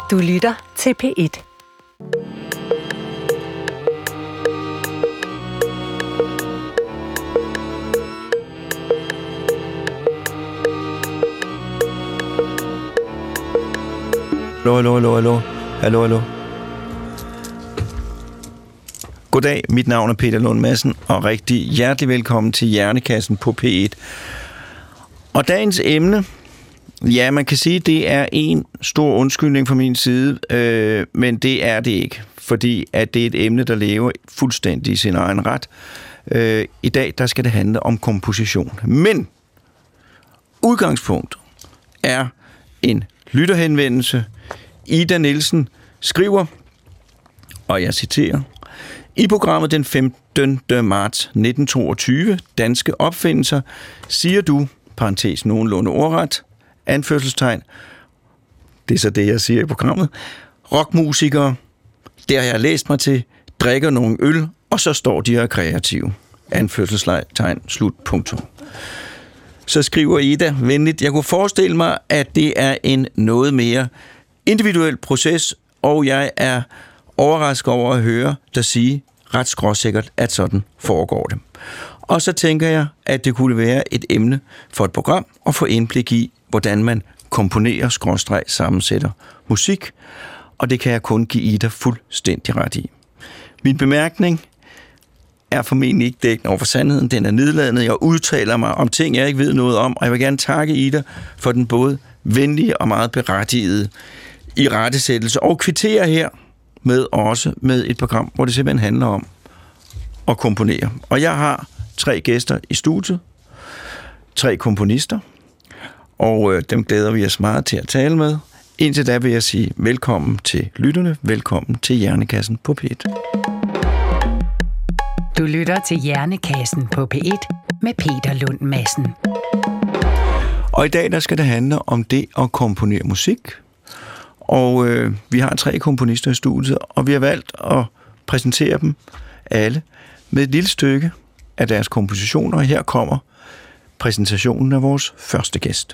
Du lytter til P1. Hallo. Goddag, mit navn er Peter Lund Madsen, og rigtig hjertelig velkommen til Hjernekassen på P1. Og dagens emne, ja, man kan sige, det er en stor undskyldning fra min side, men det er det ikke, fordi at det er et emne, der lever fuldstændig i sin egen ret. I dag, der skal det handle om komposition. Men udgangspunkt er en lytterhenvendelse. Ida Nielsen skriver, og jeg citerer: i programmet den 15. marts 1922, Danske Opfindelser, siger du, parentes nogenlunde ordret, anførselstegn, det er så det, jeg siger i programmet, rockmusikere, der har jeg læst mig til, drikker nogle øl, og så står de her kreative. Anførselstegn, slut, punktum. Så skriver Ida venligt, jeg kunne forestille mig, at det er en noget mere individuel proces, og jeg er overrasket over at høre dig sige ret skråsikkert, at sådan foregår det. Og så tænker jeg, at det kunne være et emne for et program at få indblik i, hvordan man komponerer, sammensætter musik, og det kan jeg kun give Ida fuldstændig ret i. Min bemærkning er formentlig ikke dækkende over for sandheden. Den er nedladende. Jeg udtaler mig om ting, jeg ikke ved noget om, og jeg vil gerne takke Ida for den både venlige og meget berettigede irettesættelse, og kvittere her med et program, hvor det simpelthen handler om at komponere. Og jeg har 3 gæster i studiet, 3 komponister, og dem glæder vi os meget til at tale med. Indtil da vil jeg sige velkommen til lytterne, velkommen til Hjernekassen på P1. Du lytter til Hjernekassen på P1 med Peter Lund Madsen. Og i dag, der skal det handle om det at komponere musik. Og vi har 3 komponister i studiet, og vi har valgt at præsentere dem alle med et lille stykke af deres kompositioner. Og her kommer præsentationen af vores første gæst.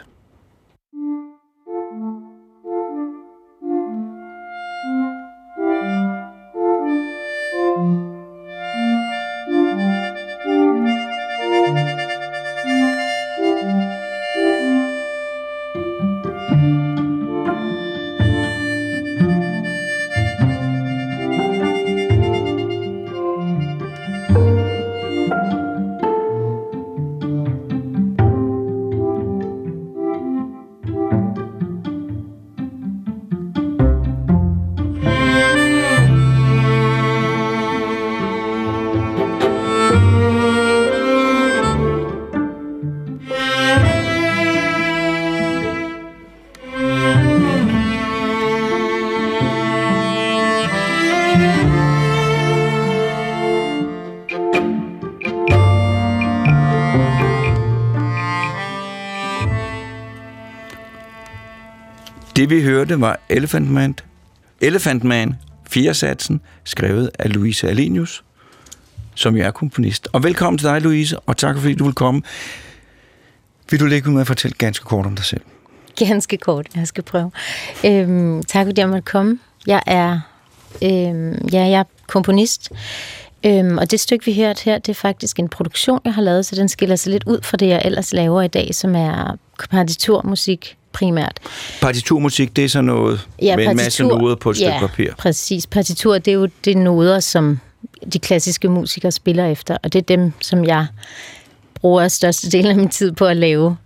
Det vi hørte var Elephant Man, 4-satsen, skrevet af Louise Alenius, som jo er komponist. Og velkommen til dig, Louise, og tak fordi du vil komme. Vil du lægge ud med at fortælle ganske kort om dig selv? Ganske kort, jeg skal prøve. Tak fordi jeg måtte komme. Jeg er komponist, og det stykke, vi hørte her, det er faktisk en produktion, jeg har lavet, så den skiller sig lidt ud fra det, jeg ellers laver i dag, som er partiturmusik primært. Partiturmusik, det er så noget med en masse noder på et stykke papir. Præcis. Partitur, det er jo de noder, som de klassiske musikere spiller efter, og det er dem, som jeg bruger størstedelen af min tid på at lave.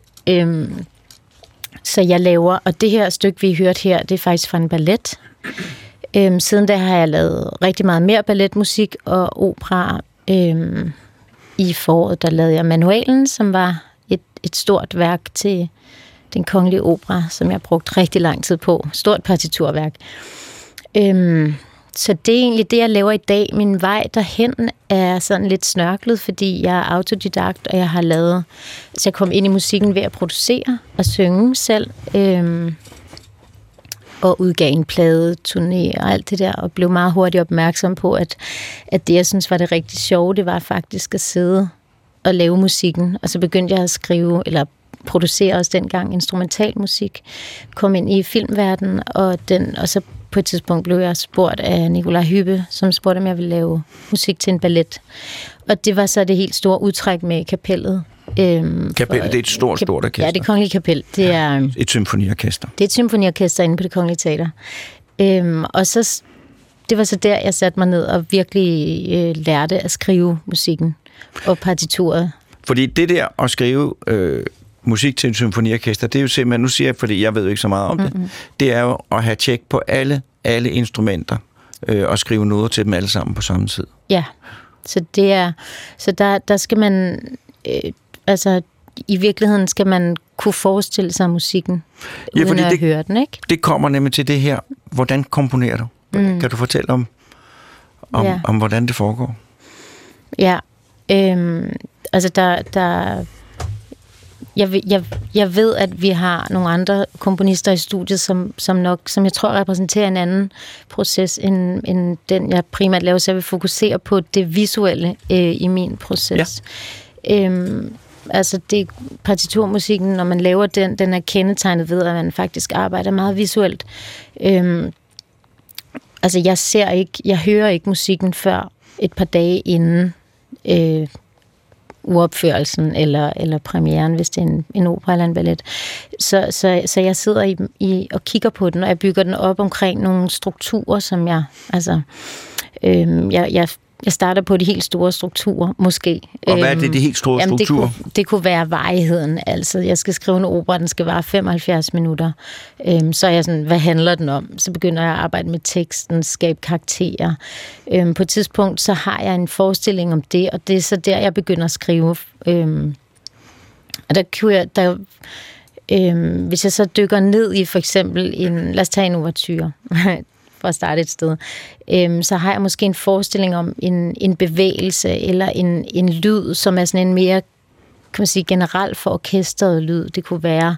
Så jeg laver, og det her stykke, vi hørte her, det er faktisk fra en ballet. Siden da har jeg lavet rigtig meget mere balletmusik og opera. I foråret, der lavede jeg Manualen, som var et stort værk til Den Kongelige Opera, som jeg brugte rigtig lang tid på. Stort partiturværk. Så det er egentlig det, jeg laver i dag. Min vej derhen er sådan lidt snørklet, fordi jeg er autodidakt, og jeg har lavet... Så jeg kom ind i musikken ved at producere og synge selv. Og udgav en plade, turné og alt det der, og blev meget hurtigt opmærksom på, at det, jeg synes var det rigtig sjove, det var faktisk at sidde og lave musikken. Og så begyndte jeg at skrive, eller producere også dengang instrumentalmusik, kom ind i filmverdenen, og så på et tidspunkt blev jeg spurgt af Nikolaj Hübbe, som spurgte, om jeg ville lave musik til en ballet. Og det var så det helt store udtræk med kapellet. Kapellet, det er et stort orkester. Ja, det Kongelige Kapel. Det er et symfoniorkester. Det er et symfoniorkester inde på Det Kongelige Teater. Og så, det var så der, jeg satte mig ned og virkelig lærte at skrive musikken og partituret. Fordi det der at skrive musik til en symfoniorkester, det er jo simpelthen, nu siger jeg, fordi jeg ved jo ikke så meget om det, det er jo at have tjek på alle instrumenter og skrive noder til dem alle sammen på samme tid. Ja, så det er, så der skal man, altså i virkeligheden skal man kunne forestille sig musikken, uden at høre den, ikke? Det kommer nemlig til det her, hvordan komponerer du? Kan du fortælle om hvordan det foregår? Ja, altså jeg ved, at vi har nogle andre komponister i studiet, som jeg tror repræsenterer en anden proces, end den, jeg primært laver, så jeg vil fokusere på det visuelle i min proces. Ja. Altså det partiturmusikken, når man laver den er kendetegnet ved, at man faktisk arbejder meget visuelt. Altså jeg hører ikke musikken før et par dage inden uopførelsen eller premieren, hvis det er en opera eller en ballet. Så jeg sidder og kigger på den, og jeg bygger den op omkring nogle strukturer, som jeg starter på de helt store strukturer, måske. Og hvad er det, de helt store strukturer? Det kunne være varigheden. Altså, jeg skal skrive en opera, den skal vare 75 minutter. Så er jeg sådan, hvad handler den om? Så begynder jeg at arbejde med teksten, skabe karakterer. På et tidspunkt, så har jeg en forestilling om det, og det er så der, jeg begynder at skrive. Og der kunne jeg... hvis jeg så dykker ned i for eksempel lad os tage en ouverture, for at starte et sted, så har jeg måske en forestilling om en bevægelse eller en lyd, som er sådan en mere, kan man sige, generelt for orkestret lyd. Det kunne være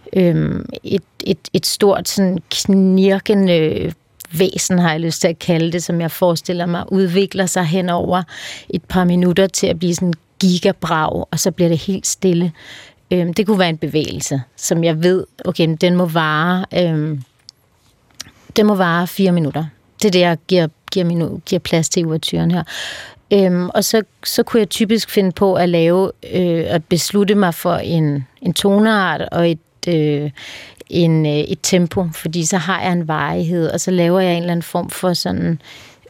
et stort sådan knirkende væsen, har jeg lyst til at kalde det, som jeg forestiller mig udvikler sig hen over et par minutter til at blive sådan gigabrag, og så bliver det helt stille. Det kunne være en bevægelse, som jeg ved, okay, den må vare 4 minutter. Det er det, jeg giver plads til i ouverturen her. Og så kunne jeg typisk finde på at at beslutte mig for en toneart og et tempo, fordi så har jeg en varighed, og så laver jeg en eller anden form for sådan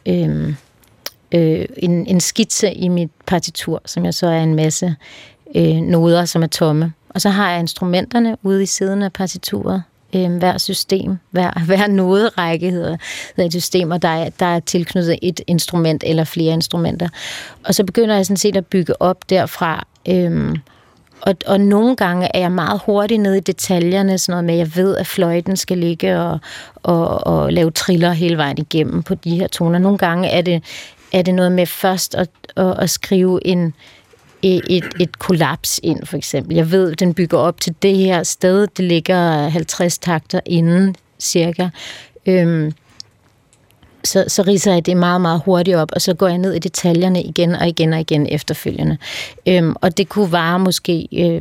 en skitse i mit partitur, som jeg så er en masse noder, som er tomme. Og så har jeg instrumenterne ude i siden af partituret. Hver system, hver noderække hedder et system, og der er tilknyttet et instrument eller flere instrumenter. Og så begynder jeg sådan set at bygge op derfra. Og nogle gange er jeg meget hurtig nede i detaljerne, sådan noget med, at jeg ved, at fløjten skal ligge og lave triller hele vejen igennem på de her toner. Nogle gange er det noget med først at skrive et kollaps ind, for eksempel. Jeg ved, den bygger op til det her sted. Det ligger 50 takter inden, cirka. Så ridser jeg det meget, meget hurtigt op, og så går jeg ned i detaljerne igen og igen og igen efterfølgende. Og det kunne vare måske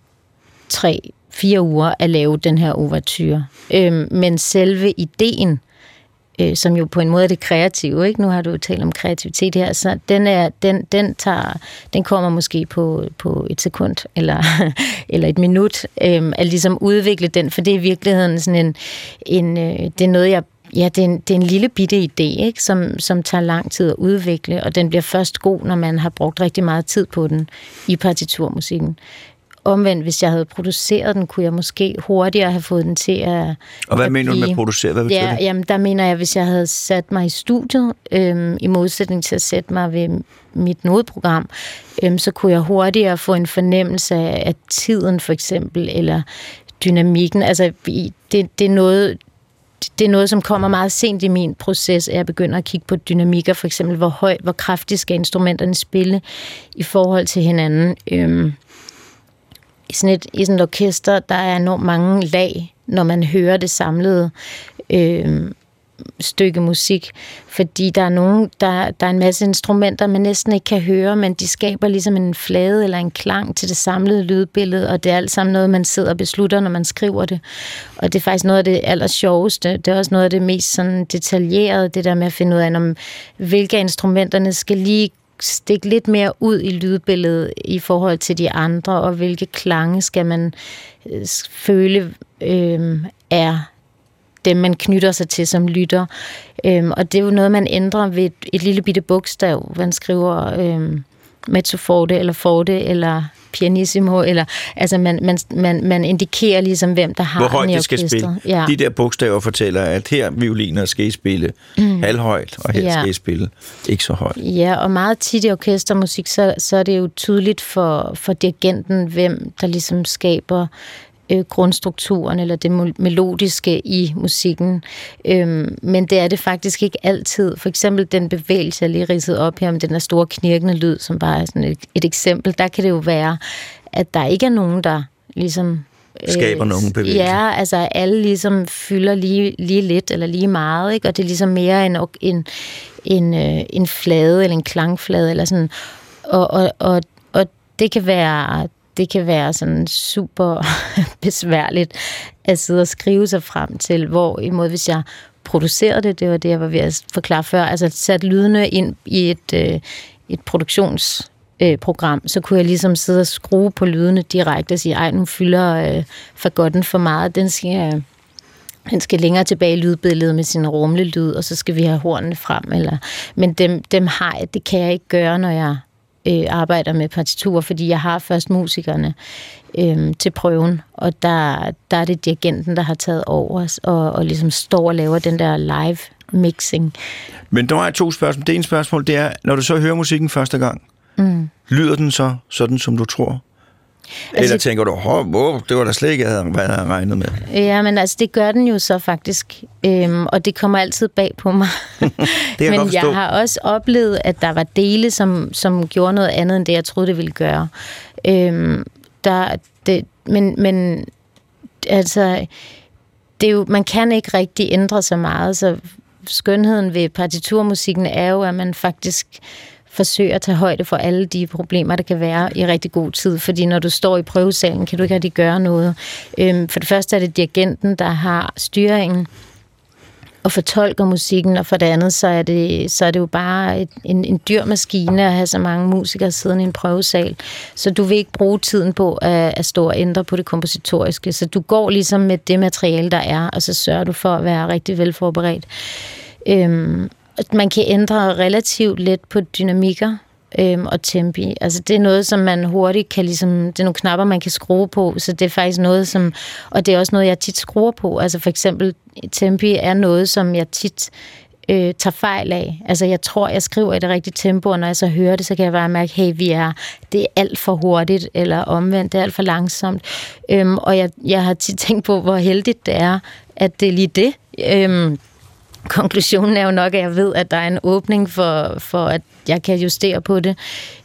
3-4 uger at lave den her ouverture. Men selve ideen, som jo på en måde er det kreative, ikke? Nu har du jo talt om kreativitet her, så den kommer måske på et sekund eller et minut, at ligesom udvikle den, for det er i virkeligheden sådan det er noget, det er en lille bitte idé, ikke? Som tager lang tid at udvikle, og den bliver først god, når man har brugt rigtig meget tid på den i partiturmusikken. Omvendt, hvis jeg havde produceret den, kunne jeg måske hurtigere have fået den til at... Og hvad mener du med produceret? Hvad betyder det? Jamen, der mener jeg, hvis jeg havde sat mig i studiet, i modsætning til at sætte mig ved mit nodeprogram, så kunne jeg hurtigere få en fornemmelse af tiden, for eksempel, eller dynamikken. Altså, det er noget, som kommer meget sent i min proces, at jeg begynder at kigge på dynamikker, for eksempel, hvor kraftigt skal instrumenterne spille i forhold til hinanden. I sådan et orkester, der er enormt mange lag, når man hører det samlede stykke musik, fordi der er en masse instrumenter, man næsten ikke kan høre, men de skaber ligesom en flade eller en klang til det samlede lydbillede, og det er alt sammen noget, man sidder og beslutter, når man skriver det. Og det er faktisk noget af det allersjoveste. Det er også noget af det mest sådan detaljerede, det der med at finde ud af, hvilke af instrumenterne skal lige stikke lidt mere ud i lydbilledet i forhold til de andre, og hvilke klange skal man føle er dem, man knytter sig til som lytter. Og det er jo noget, man ændrer ved et lille bitte bogstav. Man skriver mezzo forte, eller forte, eller pianissimo, eller altså man indikerer ligesom, hvem der har den i orkestret. Hvor højt det skal spille. Ja. De der bogstaver fortæller, at her violiner skal I spille halvhøjt, og her skal I spille ikke så højt. Ja, og meget tit i orkestermusik, så er det jo tydeligt for dirigenten, hvem der ligesom skaber grundstrukturen eller det melodiske i musikken. Men det er det faktisk ikke altid. For eksempel den bevægelse, jeg lige ridsede op her, med den der store knirkende lyd, som bare er sådan et eksempel, der kan det jo være, at der ikke er nogen, der ligesom skaber nogen bevægelse. Ja, altså alle ligesom fylder lige lidt eller lige meget, ikke? Og det er ligesom mere en flade eller en klangflade eller sådan. Og det kan være sådan super besværligt at sidde og skrive sig frem til, hvorimod hvis jeg producerede det var det, jeg var ved at forklare før, altså sat lydene ind i et produktionsprogram, så kunne jeg ligesom sidde og skrue på lydene direkte og sige, ej, nu fylder fagotten for meget, den skal længere tilbage i lydbilledet med sin rumlelyd, og så skal vi have hornene frem. Men det kan jeg ikke gøre, når jeg arbejder med partiturer, fordi jeg har først musikerne til prøven, og der er det dirigenten, der har taget over os, og ligesom står og laver den der live mixing. Men der er 2 spørgsmål. Det ene spørgsmål, det er, når du så hører musikken første gang, lyder den så sådan, som du tror? Eller tænker du, det var da slet ikke, hvad jeg havde regnet med? Ja, men altså, det gør den jo så faktisk, og det kommer altid bag på mig. Men jeg har også oplevet, at der var dele, som gjorde noget andet, end det, jeg troede, det ville gøre. Men altså, det er jo, man kan ikke rigtig ændre så meget, så skønheden ved partiturmusikken er jo, at man faktisk forsøger at tage højde for alle de problemer, der kan være i rigtig god tid, fordi når du står i prøvesalen, kan du ikke rigtig gøre noget. For det første er det dirigenten, der har styringen og fortolker musikken, og for det andet, så er det jo bare en dyr maskine at have så mange musikere siddende i en prøvesal. Så du vil ikke bruge tiden på at stå og ændre på det kompositoriske. Så du går ligesom med det materiale, der er, og så sørger du for at være rigtig velforberedt. Man kan ændre relativt let på dynamikker og tempi. Altså det er noget, som man hurtigt kan ligesom, det er nogle knapper, man kan skrue på, så det er faktisk noget, som, og det er også noget, jeg tit skruer på. Altså for eksempel tempi er noget, som jeg tit tager fejl af. Altså jeg tror, jeg skriver i det rigtige tempo, og når jeg så hører det, så kan jeg bare mærke, hey, det er alt for hurtigt, eller omvendt, det er alt for langsomt. Og jeg har tit tænkt på, hvor heldigt det er, at det er lige det. Konklusionen er jo nok, at jeg ved, at der er en åbning for at jeg kan justere på det.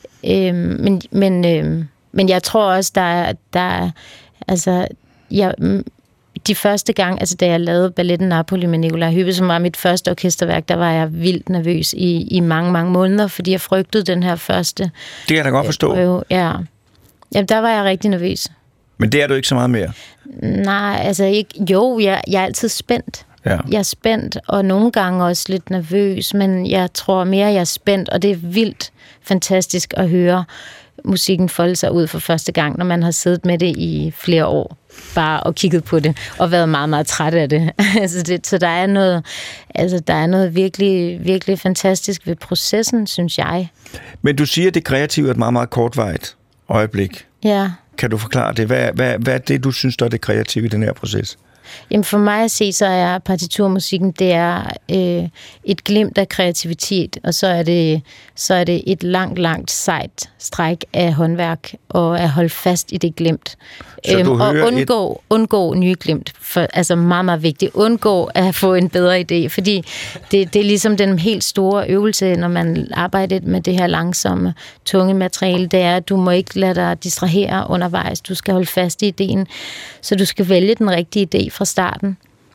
Men jeg tror også, der er altså, de første gang, altså da jeg lavede balletten Napoli med Nikolaj Hübbe, som var mit første orkesterværk, der var jeg vildt nervøs i mange, mange måneder, fordi jeg frygtede den her første. Det kan jeg da godt forstå. Ja. Jamen, der var jeg rigtig nervøs. Men det er du ikke så meget mere? Nej, altså ikke. Jo, jeg er altid spændt. Ja. Jeg er spændt, og nogle gange også lidt nervøs, men jeg tror mere, jeg er spændt, og det er vildt fantastisk at høre musikken folde sig ud for første gang, når man har siddet med det i flere år, bare og kigget på det, og været meget, meget træt af det. Så der er noget virkelig, virkelig fantastisk ved processen, synes jeg. Men du siger, at det kreative er et meget, meget kortvarigt øjeblik. Ja. Kan du forklare det? Hvad er det, du synes, der er det kreative i den her proces? Jamen for mig at se, så er partiturmusikken, det er et glimt af kreativitet, og så er det et langt sejt stræk af håndværk, og at holde fast i det glimt. Og undgå nye glimt, altså meget, meget vigtigt. Undgå at få en bedre idé, fordi det er ligesom den helt store øvelse, når man arbejder med det her langsomme, tunge materiale, det er, at du må ikke lade dig distrahere undervejs. Du skal holde fast i ideen, så du skal vælge den rigtige idé fra starten.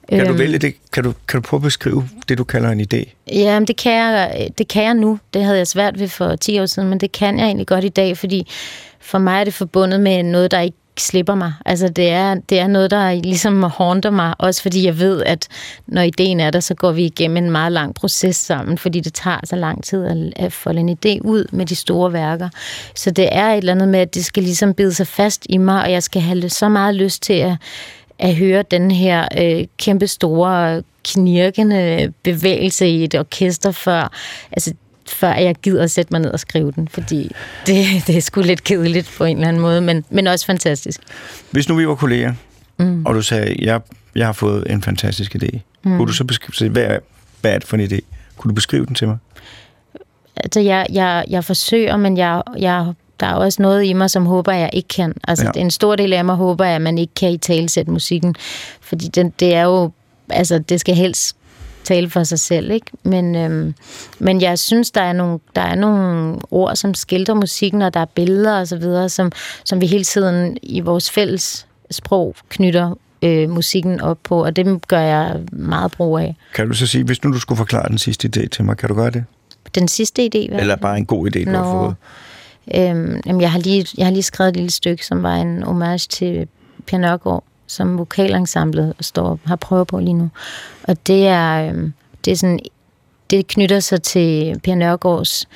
Kan du vælge det? Kan du prøve at beskrive det, du kalder en idé? Ja, det kan jeg nu. Det havde jeg svært ved for 10 år siden, men det kan jeg egentlig godt i dag, fordi for mig er det forbundet med noget, der ikke slipper mig. Altså, det er noget, der ligesom haunter mig, også fordi jeg ved, at når ideen er der, så går vi igennem en meget lang proces sammen, fordi det tager så lang tid at folde en idé ud med de store værker. Så det er et eller andet med, at det skal ligesom bide sig fast i mig, og jeg skal have så meget lyst til at høre den her kæmpe store knirkende bevægelse i et orkester, før jeg gider at sætte mig ned og skrive den, fordi det er sgu lidt kedeligt på en eller anden måde, men også fantastisk. Hvis nu vi var kolleger, og du sagde, jeg har fået en fantastisk idé, kunne du så beskrive, hvad er det for en idé? Kunne du beskrive den til mig? Altså, jeg forsøger, men der er også noget i mig, som håber, jeg ikke kan. Altså, en stor del af mig håber, at man ikke kan italesætte musikken, fordi det er jo, altså, det skal helst tale for sig selv, ikke? Men jeg synes, der er nogle ord, som skildrer musikken, og der er billeder og så videre, som vi hele tiden i vores fælles sprog knytter musikken op på, og det gør jeg meget brug af. Kan du så sige, hvis nu du skulle forklare den sidste idé til mig, kan du gøre det? Den sidste idé? Eller bare en god idé, du har fået? Jamen, jeg har lige skrevet et lille stykke, som var en homage til Per Nørgaard, som vokalensemblet har prøvet på lige nu. Og det er sådan, det knytter sig til Per Nørgaards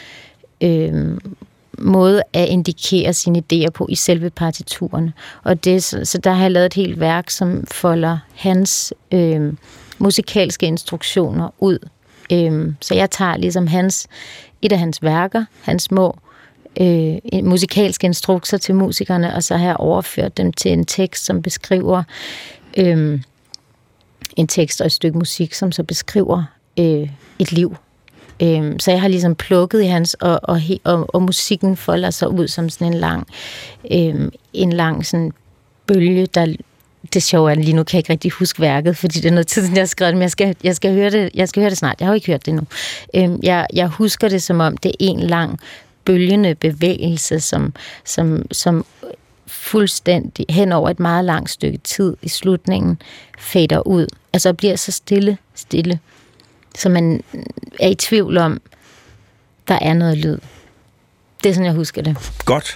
måde at indikere sine idéer på i selve partiturerne. Og så der har jeg lavet et helt værk, som folder hans musikalske instruktioner ud. Så jeg tager ligesom et af hans værker, hans små musikalske instrukser til musikerne, og så har jeg overført dem til en tekst, som beskriver en tekst og et stykke musik, som så beskriver et liv. Så jeg har ligesom plukket i hans, og musikken folder sig ud som sådan en lang sådan bølge, der... Det sjove er, lige nu kan jeg ikke rigtig huske værket, fordi det er noget tid, jeg har skrevet, men jeg skal høre det snart. Jeg har jo ikke hørt det endnu. Jeg husker det, som om det er en lang bølgende bevægelse, som fuldstændig hen over et meget langt stykke tid i slutningen fader ud. Altså bliver så stille, så man er i tvivl om, der er noget lyd. Det er sådan, jeg husker det. Godt.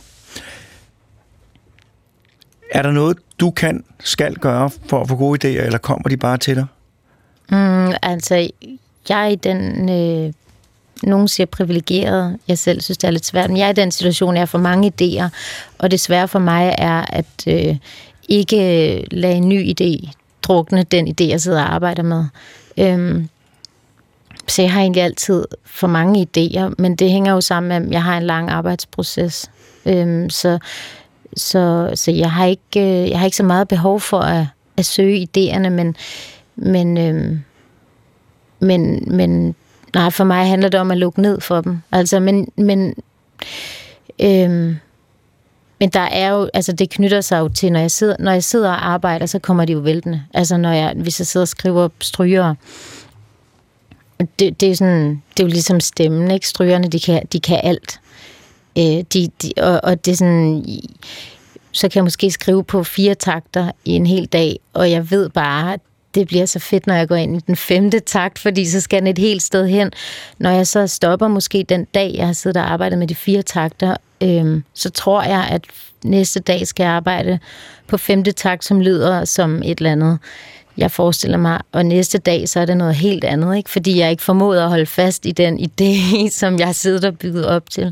Er der noget, du skal gøre for at få gode idéer, eller kommer de bare til dig? Altså, jeg er i den... nogen siger privilegeret. Jeg selv synes, det er lidt svært. Men jeg er i den situation, jeg har for mange idéer. Og det svære for mig er at ikke lade en ny idé drukne den idé, jeg sidder og arbejder med. Så jeg har egentlig altid for mange idéer, men det hænger jo sammen med, at jeg har en lang arbejdsproces. Så jeg har ikke så meget behov for at søge idéerne, men nej, for mig handler det om at lukke ned for dem. Altså, men der er jo, altså det knytter sig jo til, når jeg sidder og arbejder, så kommer de jo væltende. Altså hvis jeg sidder og skriver stryger, det er sådan, det er jo ligesom stemmen, ikke? Strygerne, de kan alt. Og det er sådan, så kan jeg måske skrive på 4 takter i en hel dag, og jeg ved bare, at det bliver så fedt, når jeg går ind i den 5. takt, fordi så skal den et helt sted hen. Når jeg så stopper måske den dag, jeg har siddet og arbejdet med de 4 takter, så tror jeg, at næste dag skal jeg arbejde på 5. takt, som lyder som et eller andet, jeg forestiller mig, og næste dag, så er det noget helt andet, ikke? Fordi jeg ikke formåede at holde fast i den idé, som jeg sidder og bygget op til.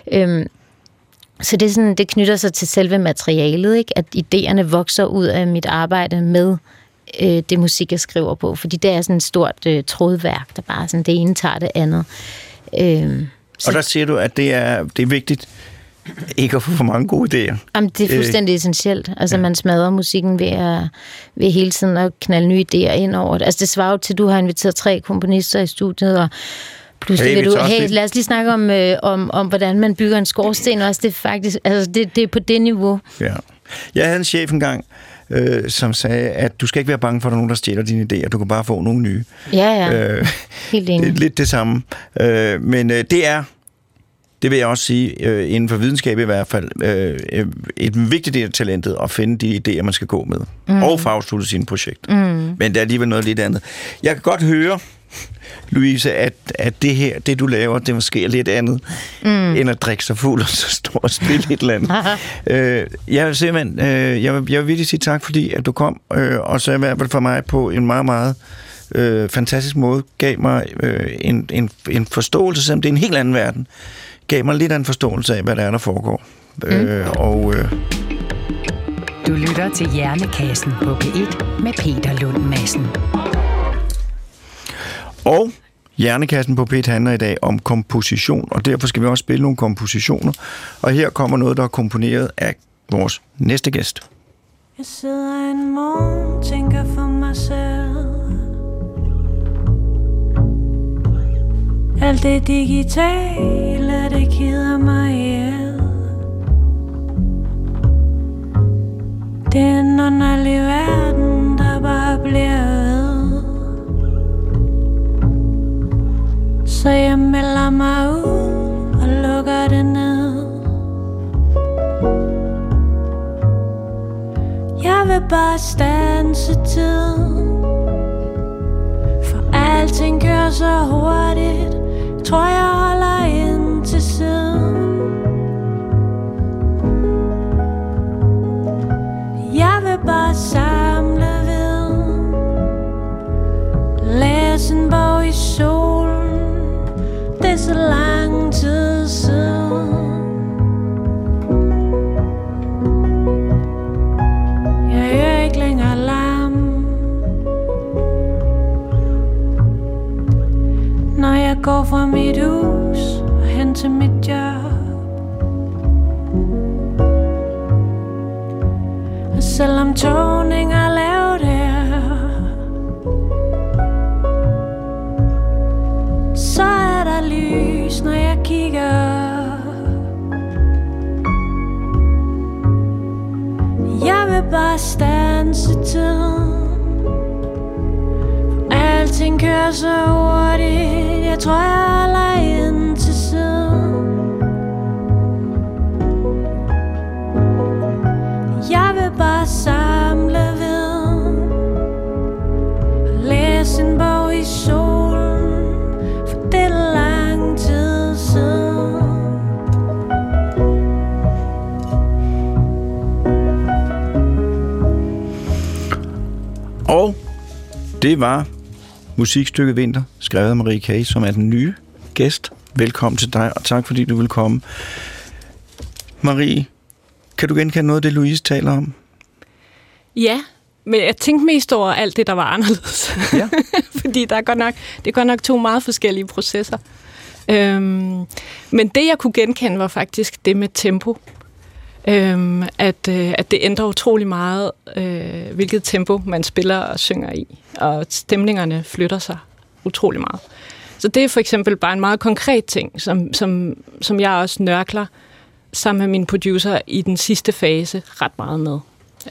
Så det er sådan, det knytter sig til selve materialet, ikke? At idéerne vokser ud af mit arbejde med det musik, jeg skriver på, fordi det er sådan et stort trådværk, der bare sådan, det ene tager det andet. Og der siger du, at det er vigtigt ikke at få for mange gode idéer. Jamen, det er fuldstændig essentielt. Altså, man smadrer musikken ved hele tiden at knalde nye idéer ind over det. Altså, det svarer jo til, at du har inviteret 3 komponister i studiet, og pludselig vil du... Hey, lad os lige snakke om hvordan man bygger en skorsten også. Det er faktisk... Altså, det er på det niveau. Ja. Jeg havde en chef engang, som sagde, at du skal ikke være bange for, at der er nogen, der stjæler dine idéer. Du kan bare få nogle nye. Ja. Helt enig. Lidt det samme. Men det er det vil jeg også sige, inden for videnskab i hvert fald, et vigtigt del af talentet at finde de idéer, man skal gå med. Og fagstudie sine projekter. Men det er alligevel noget lidt andet. Jeg kan godt høre, Louise, at det her, det du laver, det måske er lidt andet, end at drikke sig fuld og så stå og spille et eller andet. Jeg vil simpelthen, jeg vil virkelig sige tak, fordi at du kom, og så i hvert fald for mig på en meget, meget fantastisk måde, gav mig en forståelse, selvom det er en helt anden verden, gav mig lidt af en forståelse af, hvad der foregår. Du lytter til Hjernekassen på P1 med Peter Lund Madsen. Og Hjernekassen på P1 handler i dag om komposition, og derfor skal vi også spille nogle kompositioner. Og her kommer noget, der er komponeret af vores næste gæst. Jeg sidder en morgen, tænker for mig selv. Alt det digitale, det keder mig ihjel. Det er en underlig verden, der bare bliver ved. Så jeg melder mig ud og lukker det ned. Jeg vil bare standse tiden, for alting kører så hurtigt. Tror jeg holder ind til siden. Jeg vil bare samle viden, læse en bog i solen. Det er så lang tid siden. Jeg hører ikke længere larm, når jeg går fra mit hus og hen til mit job. Og selvom togning er lavet her, så er der lys, når jeg kigger. Jeg vil bare standse tiden, for alting kører så hurtigt. Jeg tror jeg holder ind til siden. Jeg vil bare samle viden og læse en bog i solen, for det er lang tid siden. Og det var musikstykket Vinter, skrevet af Marie K., som er den nye gæst. Velkommen til dig, og tak fordi du vil komme. Marie, kan du genkende noget af det, Louise taler om? Ja, men jeg tænkte mest over alt det, der var anderledes. Ja. Fordi det er godt nok to meget forskellige processer. Men det, jeg kunne genkende, var faktisk det med tempo. At det ændrer utrolig meget, hvilket tempo man spiller og synger i. Og stemningerne flytter sig utrolig meget. Så det er for eksempel bare en meget konkret ting, som jeg også nørkler sammen med min producer i den sidste fase ret meget med.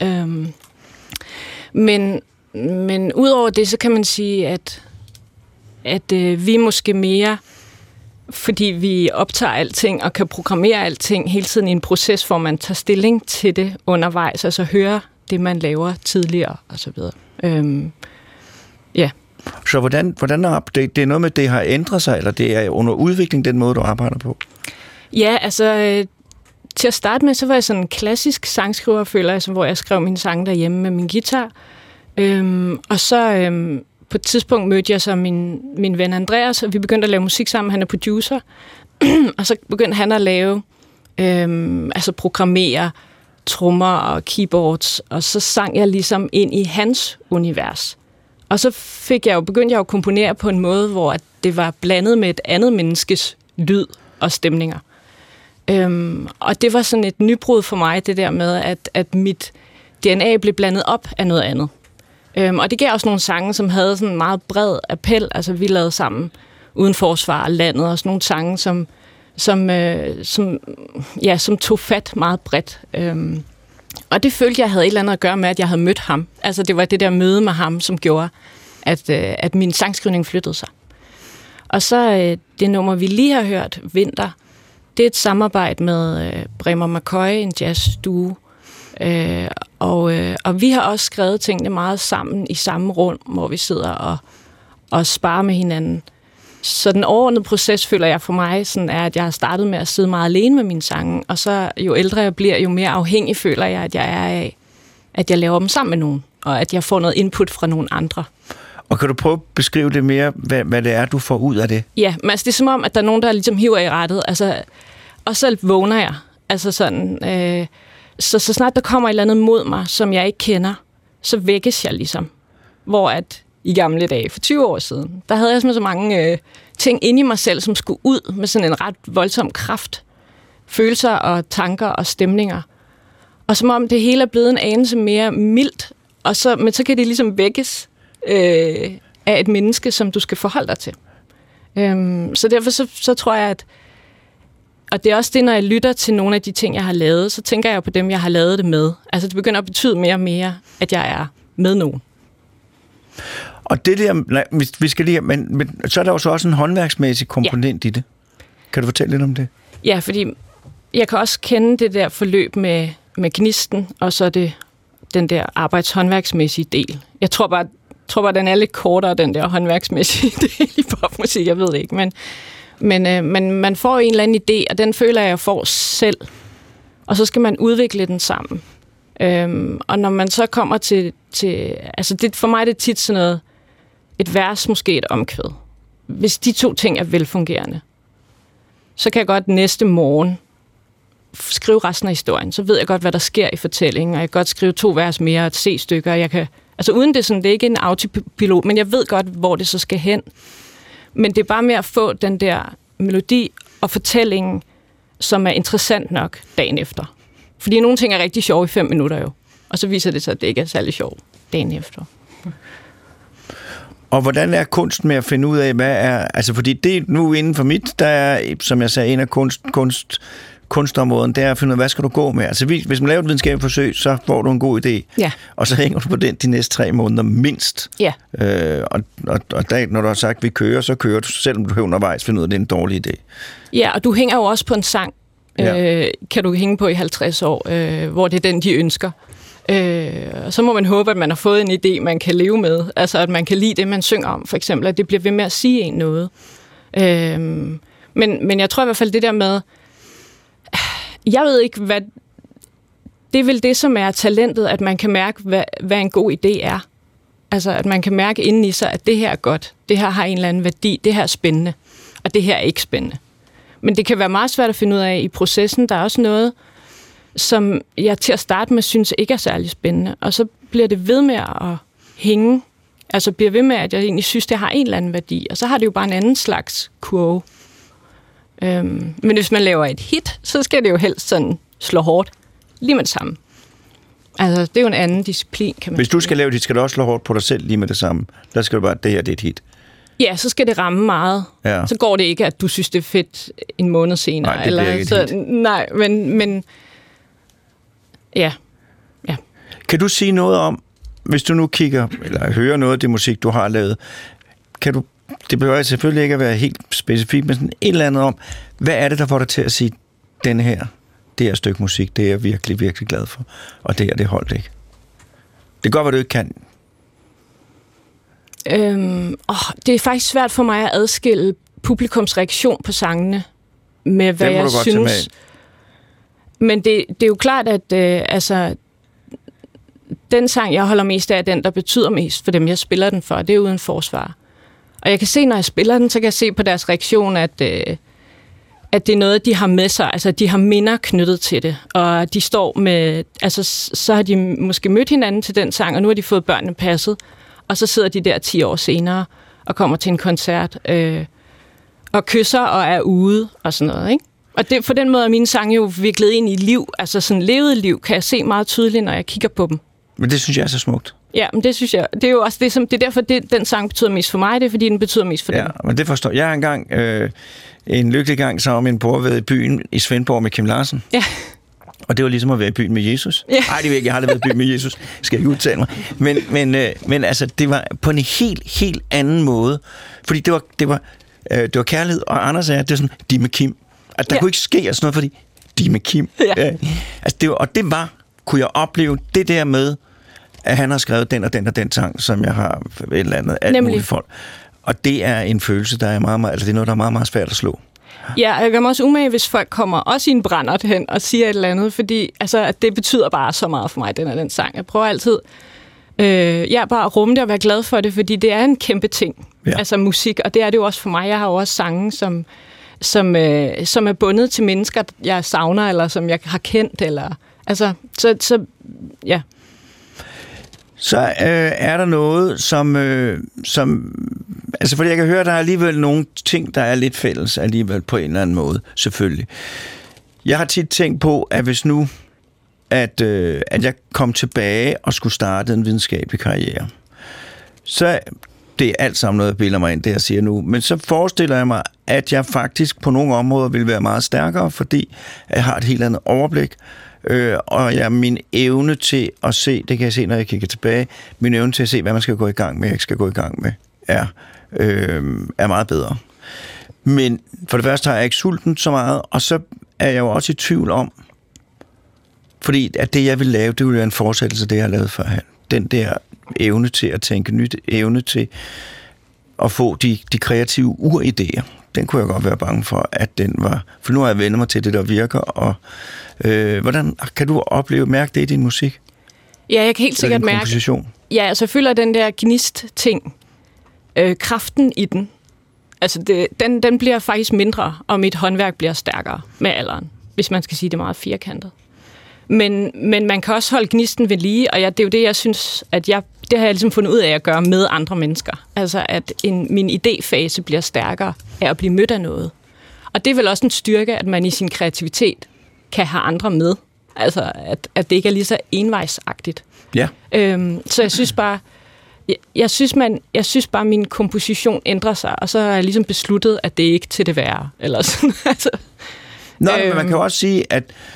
Men udover det, så kan man sige, at vi måske mere, fordi vi optager alting og kan programmere alting hele tiden i en proces, hvor man tager stilling til det undervejs, altså hører det, man laver tidligere og så videre. Ja. Så hvordan er det er noget med, det har ændret sig, eller det er under udvikling, den måde, du arbejder på? Ja, altså til at starte med, så var jeg sådan en klassisk sangskriver, føler jeg, hvor jeg skrev mine sange derhjemme med min guitar. Og så på et tidspunkt mødte jeg så min ven Andreas, og vi begyndte at lave musik sammen. Han er producer. Og så begyndte han at lave, altså programmere trommer og keyboards, og så sang jeg ligesom ind i hans univers. Og så begyndte jeg at komponere på en måde, hvor det var blandet med et andet menneskes lyd og stemninger. Og det var sådan et nybrud for mig, det der med, at mit DNA blev blandet op af noget andet. Og det gav også nogle sange, som havde sådan en meget bred appel. Altså vi lavede sammen Uden forsvar og Landet, og sådan nogle sange, som tog fat meget bredt. Og det følte jeg havde et eller andet at gøre med, at jeg havde mødt ham. Altså det var det der møde med ham, som gjorde, at min sangskrivning flyttede sig. Og så det nummer, vi lige har hørt, Vinter, det er et samarbejde med Bremer McCoy, en jazzduo. Og vi har også skrevet tingene meget sammen i samme rum, hvor vi sidder og sparer med hinanden. Så den overordnede proces, føler jeg for mig, sådan er, at jeg har startet med at sidde meget alene med mine sange, og så jo ældre jeg bliver, jo mere afhængig føler jeg, at jeg er af, at jeg laver dem sammen med nogen, og at jeg får noget input fra nogle andre. Og kan du prøve at beskrive det mere, hvad det er, du får ud af det? Ja, men altså, det er som om, at der er nogen, der ligesom hiver i rettet, altså, og så vågner jeg. Altså sådan, så snart der kommer et eller andet mod mig, som jeg ikke kender, så vækkes jeg ligesom. Hvor at i gamle dage, for 20 år siden, der havde jeg simpelthen så mange ting inde i mig selv, som skulle ud med sådan en ret voldsom kraft. Følelser og tanker og stemninger. Og som om det hele er blevet en anelse mere mildt, men så kan det ligesom vækkes af et menneske, som du skal forholde dig til. Så derfor så tror jeg, at og det er også det, når jeg lytter til nogle af de ting, jeg har lavet, så tænker jeg på dem, jeg har lavet det med. Altså det begynder at betyde mere og mere, at jeg er med nogen. Og det der, vi skal lige, men så er der jo så også en håndværksmæssig komponent i det. Kan du fortælle lidt om det? Ja, fordi jeg kan også kende det der forløb med gnisten, og så den der arbejdshåndværksmæssige del. Jeg tror bare, den er lidt kortere, den der håndværksmæssige del i popmusik, jeg ved det ikke, men man får en eller anden idé, og den føler jeg får selv. Og så skal man udvikle den sammen. Og når man så kommer til altså for mig er det tit sådan noget, et vers, måske et omkvæd. Hvis de to ting er velfungerende, så kan jeg godt næste morgen skrive resten af historien. Så ved jeg godt, hvad der sker i fortællingen, og jeg kan godt skrive 2 vers mere, et C-stykker. Jeg kan, altså uden det sådan, det er ikke en autopilot, men jeg ved godt, hvor det så skal hen. Men det er bare med at få den der melodi og fortællingen, som er interessant nok dagen efter. Fordi nogle ting er rigtig sjove i 5 minutter jo. Og så viser det sig, at det ikke er særlig sjovt dagen efter. Og hvordan er kunsten med at finde ud af, hvad er... Altså, fordi det nu inden for mit, der er, som jeg sagde, en af kunstområden, det er at finde ud af, hvad skal du gå med? Altså, hvis man laver et videnskabeligt forsøg, så får du en god idé. Ja. Og så hænger du på den de næste 3 måneder mindst. Ja. Og der, når du har sagt, at vi kører, så kører du, selvom du undervejs finder ud af, at det er en dårlig idé. Ja, og du hænger jo også på en sang. Ja. Kan du hænge på i 50 år, hvor det er den, de ønsker. Og så må man håbe, at man har fået en idé, man kan leve med. Altså, at man kan lide det, man synger om, for eksempel. At det bliver ved med at sige en noget. Men jeg tror i hvert fald det der med... Jeg ved ikke, hvad... Det er vel det, som er talentet, at man kan mærke, hvad en god idé er. Altså, at man kan mærke inden i sig, at det her er godt. Det her har en eller anden værdi. Det her er spændende. Og det her er ikke spændende. Men det kan være meget svært at finde ud af i processen. Der er også noget, som jeg til at starte med synes ikke er særlig spændende. Og så bliver det ved med at hænge. Altså bliver ved med, at jeg egentlig synes, det har en eller anden værdi. Og så har det jo bare en anden slags kurve. Men hvis man laver et hit, så skal det jo helst sådan slå hårdt. Lige med det samme. Altså, det er jo en anden disciplin, kan man Hvis du skal lave et hit, skal du også slå hårdt på dig selv lige med det samme. Der skal du bare, det her, det er et hit. Ja, så skal det ramme meget. Ja. Så går det ikke, at du synes, det er fedt en måned senere. Nej, det bliver ikke et hit. Nej, men ja. Kan du sige noget om, hvis du nu kigger, eller hører noget af det musik, du har lavet, det behøver selvfølgelig ikke at være helt specifikt, men sådan et eller andet om, hvad er det, der får dig til at sige, det her stykke musik, det er jeg virkelig, virkelig glad for, og det holdt ikke. Det går, hvad du ikke kan. Det er faktisk svært for mig at adskille publikums reaktion på sangene med, hvad jeg synes. Men det er jo klart, at den sang, jeg holder mest af, er den, der betyder mest for dem, jeg spiller den for. Det er uden forsvar. Og jeg kan se, når jeg spiller den, så kan jeg se på deres reaktion, at det er noget, de har med sig. Altså, de har minder knyttet til det. Og de står med... Altså, så har de måske mødt hinanden til den sang, og nu har de fået børnene passet. Og så sidder de der 10 år senere og kommer til en koncert og kysser og er ude og sådan noget, ikke? Og det, for den måde er mine sange jo viklet ind i liv. Altså sådan levet liv kan jeg se meget tydeligt, når jeg kigger på dem. Men det synes jeg er så smukt. Ja, men det synes jeg. Det er jo også det, som, det er derfor, den sang betyder mest for mig. Det er, fordi den betyder mest for dem. Ja, men det forstår jeg. Engang en lykkelig gang sammen med min bror ved i byen i Svendborg med Kim Larsen. Ja. Og det var ligesom at være i byen med Jesus. Ja. Nej, det var ikke. Jeg har aldrig været i byen med Jesus. Skal jeg ikke udtale mig. Men altså, det var på en helt anden måde. Fordi det var kærlighed, og Anders er, det er sådan, de med Kim. At der kunne ikke ske sådan noget, fordi de er med Kim. Ja. Altså kunne jeg opleve det der med, at han har skrevet den og den og den sang, som jeg har et eller andet, alt muligt folk. Og det er en følelse, der er meget, meget, altså det er noget, der er meget, meget svært at slå. Ja, jeg gør mig også umage, hvis folk kommer også i en brændert hen og siger et eller andet, fordi altså, at det betyder bare så meget for mig, den sang. Jeg prøver altid bare at rumme det og være glad for det, fordi det er en kæmpe ting, altså musik, og det er det jo også for mig. Jeg har jo også sange, som er bundet til mennesker, jeg savner, eller som jeg har kendt, eller altså, så ja. Så er der noget, som altså fordi jeg kan høre, der er alligevel nogle ting, der er lidt fælles alligevel på en eller anden måde, selvfølgelig. Jeg har tit tænkt på, at hvis nu, at jeg kom tilbage og skulle starte en videnskabelig karriere, så det er alt sammen noget, jeg bilder mig ind, det jeg siger nu, men så forestiller jeg mig, at jeg faktisk på nogle områder vil være meget stærkere, fordi jeg har et helt andet overblik, og min evne til at se, det kan jeg se, når jeg kigger tilbage, min evne til at se, hvad man skal gå i gang med, ikke skal gå i gang med, er meget bedre. Men for det første har jeg ikke sulten så meget, og så er jeg jo også i tvivl om, fordi at det, jeg vil lave, det vil være en fortsættelse af det, jeg har lavet førhen. Den der evne til at tænke nyt, evne til at få de kreative uridéer, den kunne jeg godt være bange for, at den var... For nu har jeg vendt mig til det, der virker, og hvordan kan du mærke det i din musik? Ja, jeg kan helt sikkert mærke... Komposition? Ja, altså jeg føler den der gnist-ting, kraften i den, altså den bliver faktisk mindre, og mit håndværk bliver stærkere med alderen, hvis man skal sige det meget firkantet. Men man kan også holde gnisten ved lige, og det er jo det, jeg synes, at det har jeg ligesom fundet ud af at gøre med andre mennesker. Altså, at min idéfase bliver stærkere af at blive mødt af noget. Og det er vel også en styrke, at man i sin kreativitet kan have andre med. Altså, at det ikke er lige så envejsagtigt. Ja. Så jeg synes bare, jeg synes bare, min komposition ændrer sig, og så er jeg ligesom besluttet, at det ikke er til det værre. Eller sådan, altså. Nå, men man kan jo også sige,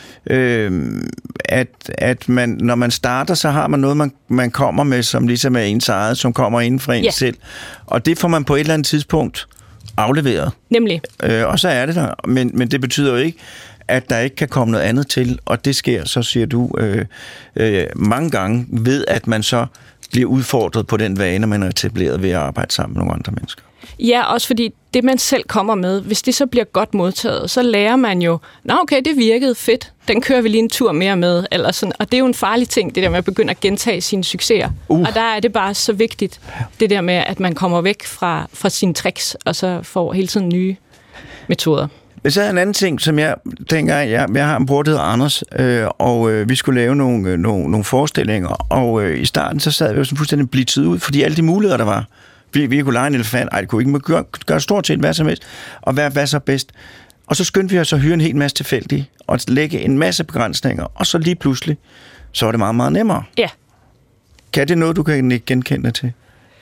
at man, når man starter, så har man noget, man kommer med, som ligesom er ens eget, som kommer inden fra en selv. Og det får man på et eller andet tidspunkt afleveret. Nemlig. Og så er det der. Men det betyder jo ikke, at der ikke kan komme noget andet til. Og det sker, så siger du, mange gange ved, at man så bliver udfordret på den vane, man har etableret ved at arbejde sammen med nogle andre mennesker. Ja, også fordi det, man selv kommer med, hvis det så bliver godt modtaget, så lærer man jo, okay, det virkede fedt, den kører vi lige en tur mere med, eller sådan. Og det er jo en farlig ting, det der med at begynde at gentage sine succeser. Og der er det bare så vigtigt, det der med, at man kommer væk fra sine tricks, og så får hele tiden nye metoder. Så er en anden ting, som jeg tænker, jeg har en bror, der hedder Anders, og vi skulle lave nogle forestillinger, og i starten så sad vi jo sådan fuldstændig blitzet ud, fordi alle de muligheder, der var. Vi kunne lege en elefant, det kunne ikke, man gøre stort set hvad som helst, og hvad så bedst. Og så skyndte vi os at hyre en hel masse tilfældige, og lægge en masse begrænsninger, og så lige pludselig, så var det meget, meget nemmere. Ja. Kan det noget, du kan genkende til?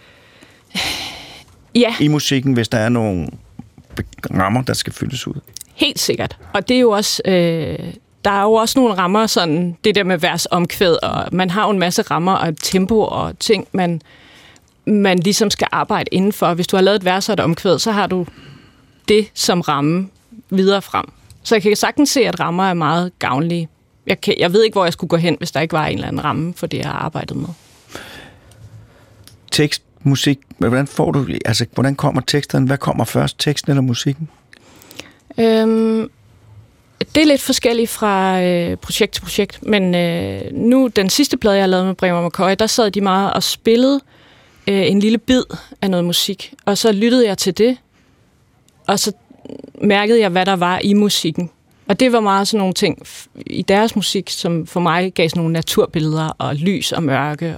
Ja. I musikken, hvis der er nogle rammer, der skal fyldes ud? Helt sikkert. Og det er jo også... der er jo også nogle rammer, sådan det der med versomkvæd, og man har jo en masse rammer og tempo og ting, man ligesom skal arbejde indenfor. Hvis du har lavet et vers og et omkvæd, så har du det som ramme videre frem. Så jeg kan sagtens se, at rammer er meget gavnlige. Jeg ved ikke, hvor jeg skulle gå hen, hvis der ikke var en eller anden ramme for det, jeg har arbejdet med. Tekst, musik, hvordan kommer teksterne? Hvad kommer først, teksten eller musikken? Det er lidt forskelligt fra projekt til projekt, men nu den sidste plade, jeg har lavet med Bremer McCoy, der sad de meget og spillede en lille bid af noget musik, og så lyttede jeg til det, og så mærkede jeg, hvad der var i musikken. Og det var meget sådan nogle ting i deres musik, som for mig gav sådan nogle naturbilleder, og lys og mørke,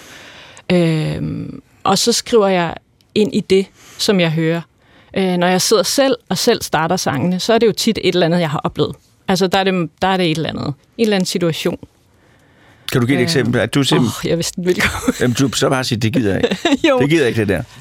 og så skriver jeg ind i det, som jeg hører. Når jeg sidder selv starter sangene, så er det jo tit et eller andet, jeg har oplevet. Altså, der er det et eller andet. En eller anden situation. Kan du give et eksempel? At du jeg vidste den ville komme. Jamen, du så bare sige, det gider jeg ikke. Jo. Det gider jeg ikke, det der.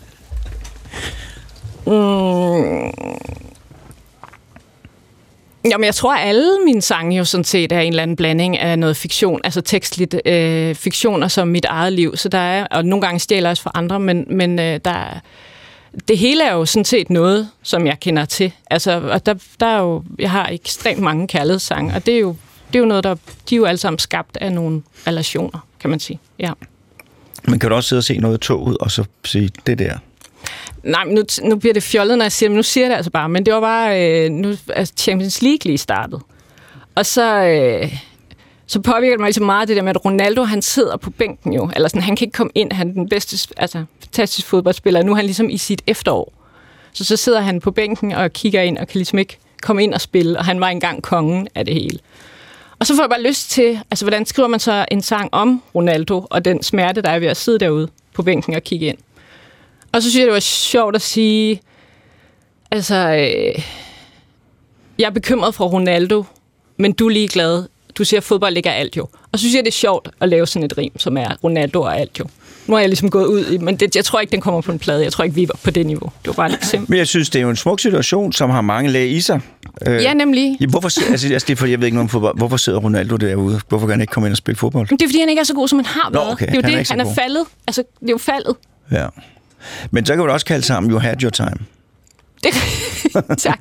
Jamen, jeg tror, at alle mine sange jo sådan set er en eller anden blanding af noget fiktion, altså tekstligt fiktioner som mit eget liv. Så der er, og nogle gange stjæler jeg også for andre, men der det hele er jo sådan set noget, som jeg kender til. Altså, og der er jo, jeg har ekstremt mange kærlighedssange, og det er jo noget, de er jo alle sammen skabt af nogle relationer, kan man sige. Ja. Men kan du også sidde og se noget toget, og så sige, det der? Nej, men nu bliver det fjollet, når jeg siger, men nu siger jeg det altså bare. Men det var bare, nu er Champions League lige startet. Og så påvirker det mig så meget det der med, at Ronaldo, han sidder på bænken jo. Eller sådan, han kan ikke komme ind, han er den bedste, altså fantastisk fodboldspiller. Nu er han ligesom i sit efterår. Så sidder han på bænken og kigger ind, og kan ligesom ikke komme ind og spille. Og han var engang kongen af det hele. Og så får jeg bare lyst til, altså hvordan skriver man så en sang om Ronaldo, og den smerte, der er ved at sidde derude på bænken og kigge ind. Og så synes jeg, det var sjovt at sige, altså, jeg er bekymret for Ronaldo, men du er ligeglad. Du siger, at fodbold ikke er alt jo. Og så synes jeg, det er sjovt at lave sådan et rim, som er Ronaldo og alt jo. Nu har jeg ligesom gået ud i, men jeg tror ikke, den kommer på en plade. Jeg tror ikke, vi var på det niveau. Det var bare lidt simpelt. Men jeg synes, det er jo en smuk situation, som har mange lag i sig. Ja, nemlig. Hvorfor, altså, det er fordi, jeg ved ikke noget om fodbold. Hvorfor sidder Ronaldo derude? Hvorfor kan han ikke komme ind og spille fodbold? Det er fordi, han ikke er så god, som han har været. Okay. Det er jo det, han er faldet. Altså, det er jo faldet. Ja. Men så kan du også kalde sammen, you had your time. Det tak.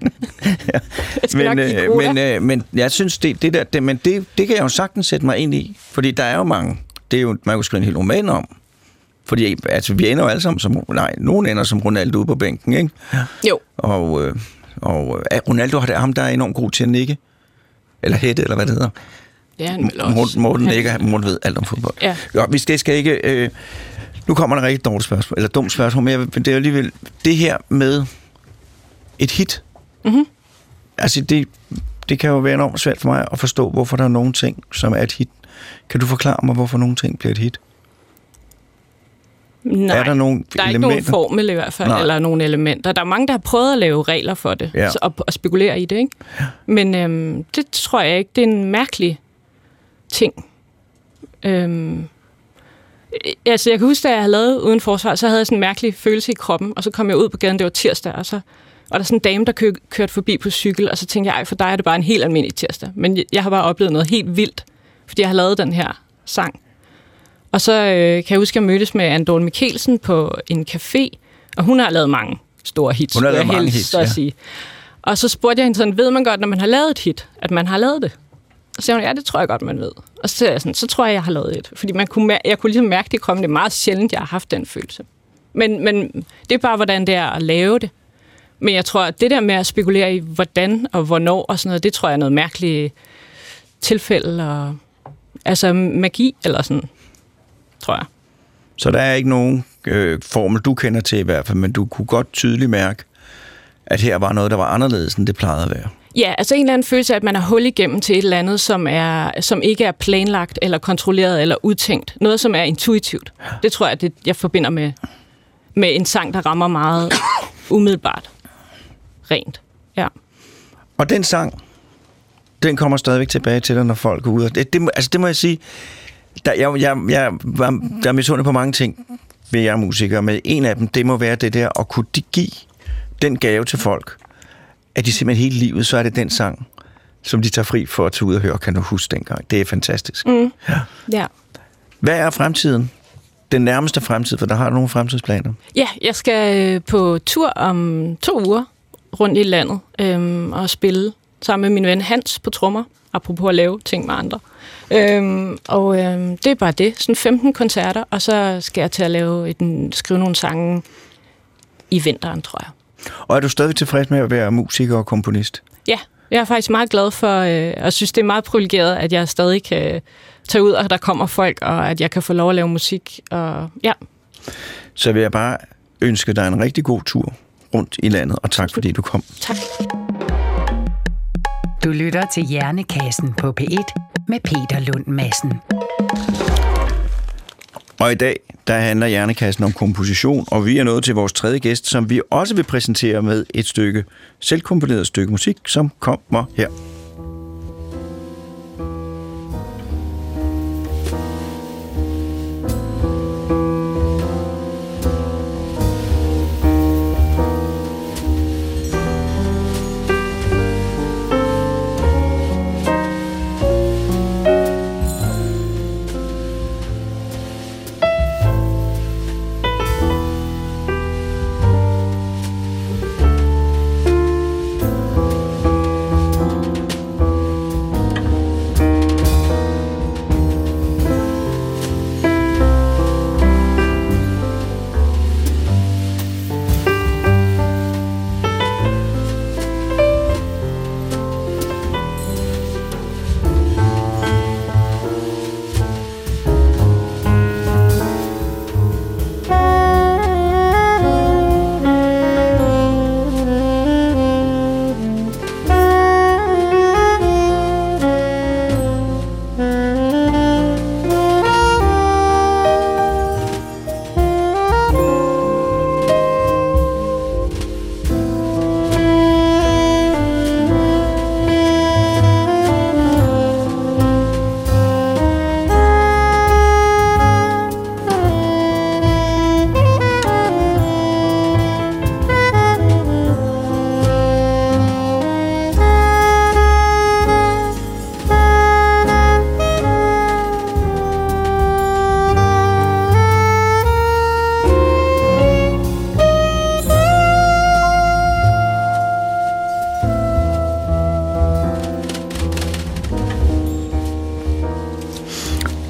Ja. Men jeg synes, det kan jeg jo sagtens sætte mig ind i. Fordi der er jo mange. Det er jo, man kan skrive en hel roman om. Fordi altså, vi ender jo alle sammen som... Nej, nogen ender som Ronaldo ude på bænken, ikke? Jo. Og Ronaldo har det ham, der er enormt god til at nikke. Eller hætte, eller hvad det hedder. Ja, Morten nikker. Morten ved alt om fodbold. Ja. Jo, vi skal ikke... nu kommer der rigtig dårligt spørgsmål, eller dumt spørgsmål, men det er jo alligevel... Det her med et hit. Mm-hmm. Altså, det kan jo være enormt svært for mig at forstå, hvorfor der er nogle ting, som er et hit. Kan du forklare mig, hvorfor nogle ting bliver et hit? Nej, er der nogle der er elementer? ikke nogen formel i hvert fald, Nej. Eller nogle elementer. Der er mange, der har prøvet at lave regler for det, ja. og spekulere i det, ikke? Ja. Men det tror jeg ikke. Det er en mærkelig ting. Altså, jeg kan huske, da jeg havde lavet Uden Forsvar, så havde jeg sådan en mærkelig følelse i kroppen, og så kom jeg ud på gaden, det var tirsdag, og så var der sådan en dame, der kørte forbi på cykel, og så tænkte jeg, for dig er det bare en helt almindelig tirsdag. Men jeg har bare oplevet noget helt vildt, fordi jeg har lavet den her sang. Og så kan jeg huske, at jeg mødtes med Anne Dorte Mikkelsen på en café, og hun har lavet mange store hits. Hun har lavet mange hits, ja. Sige. Og så spurgte jeg hende sådan, ved man godt, når man har lavet et hit, at man har lavet det? Og så sagde hun, ja, det tror jeg godt, man ved. Og så sagde jeg sådan, så tror jeg har et. Fordi jeg kunne ligesom mærke, det kom. Det er meget sjældent, jeg har haft den følelse. Men det er bare, hvordan det er at lave det. Men jeg tror, at det der med at spekulere i, hvordan og hvornår og sådan noget, det tror jeg er noget mærkeligt tilfælde, og altså magi eller sådan, tror jeg. Så der er ikke nogen formel, du kender til i hvert fald, men du kunne godt tydeligt mærke, at her var noget, der var anderledes, end det plejede at være. Ja, altså en eller anden følelse af, at man har hul igennem til et eller andet, som ikke er planlagt, eller kontrolleret, eller udtænkt. Noget, som er intuitivt. Det tror jeg, jeg forbinder med en sang, der rammer meget umiddelbart. Rent. Ja. Og den sang, den kommer stadigvæk tilbage til dig, når folk går ud. Det må jeg sige, jeg er misundelig på mange ting ved jer musikere, men en af dem, det må være det der, at kunne give den gave til folk, at de simpelthen hele livet, så er det den sang, som de tager fri for at tage ud og høre, kan du huske dengang. Det er fantastisk. Mm. Ja. Hvad er fremtiden? Den nærmeste fremtid, for der har du nogle fremtidsplaner. Ja, jeg skal på tur om 2 uger rundt i landet og spille sammen med min ven Hans på trommer, apropos at lave ting med andre. Det er bare det. Sådan 15 koncerter, og så skal jeg til at skrive nogle sange i vinteren, tror jeg. Og er du stadig tilfreds med at være musiker og komponist? Ja, jeg er faktisk meget glad for, og synes, det er meget privilegeret, at jeg stadig kan tage ud, og der kommer folk, og at jeg kan få lov at lave musik. Og, ja. Så vil jeg bare ønske dig en rigtig god tur rundt i landet, og tak fordi du kom. Tak. Du lytter til Hjernekassen på P1 med Peter Lund Madsen. Og i dag, der handler Hjernekassen om komposition, og vi er nået til vores 3. gæst, som vi også vil præsentere med et stykke selvkomponeret stykke musik, som kommer her.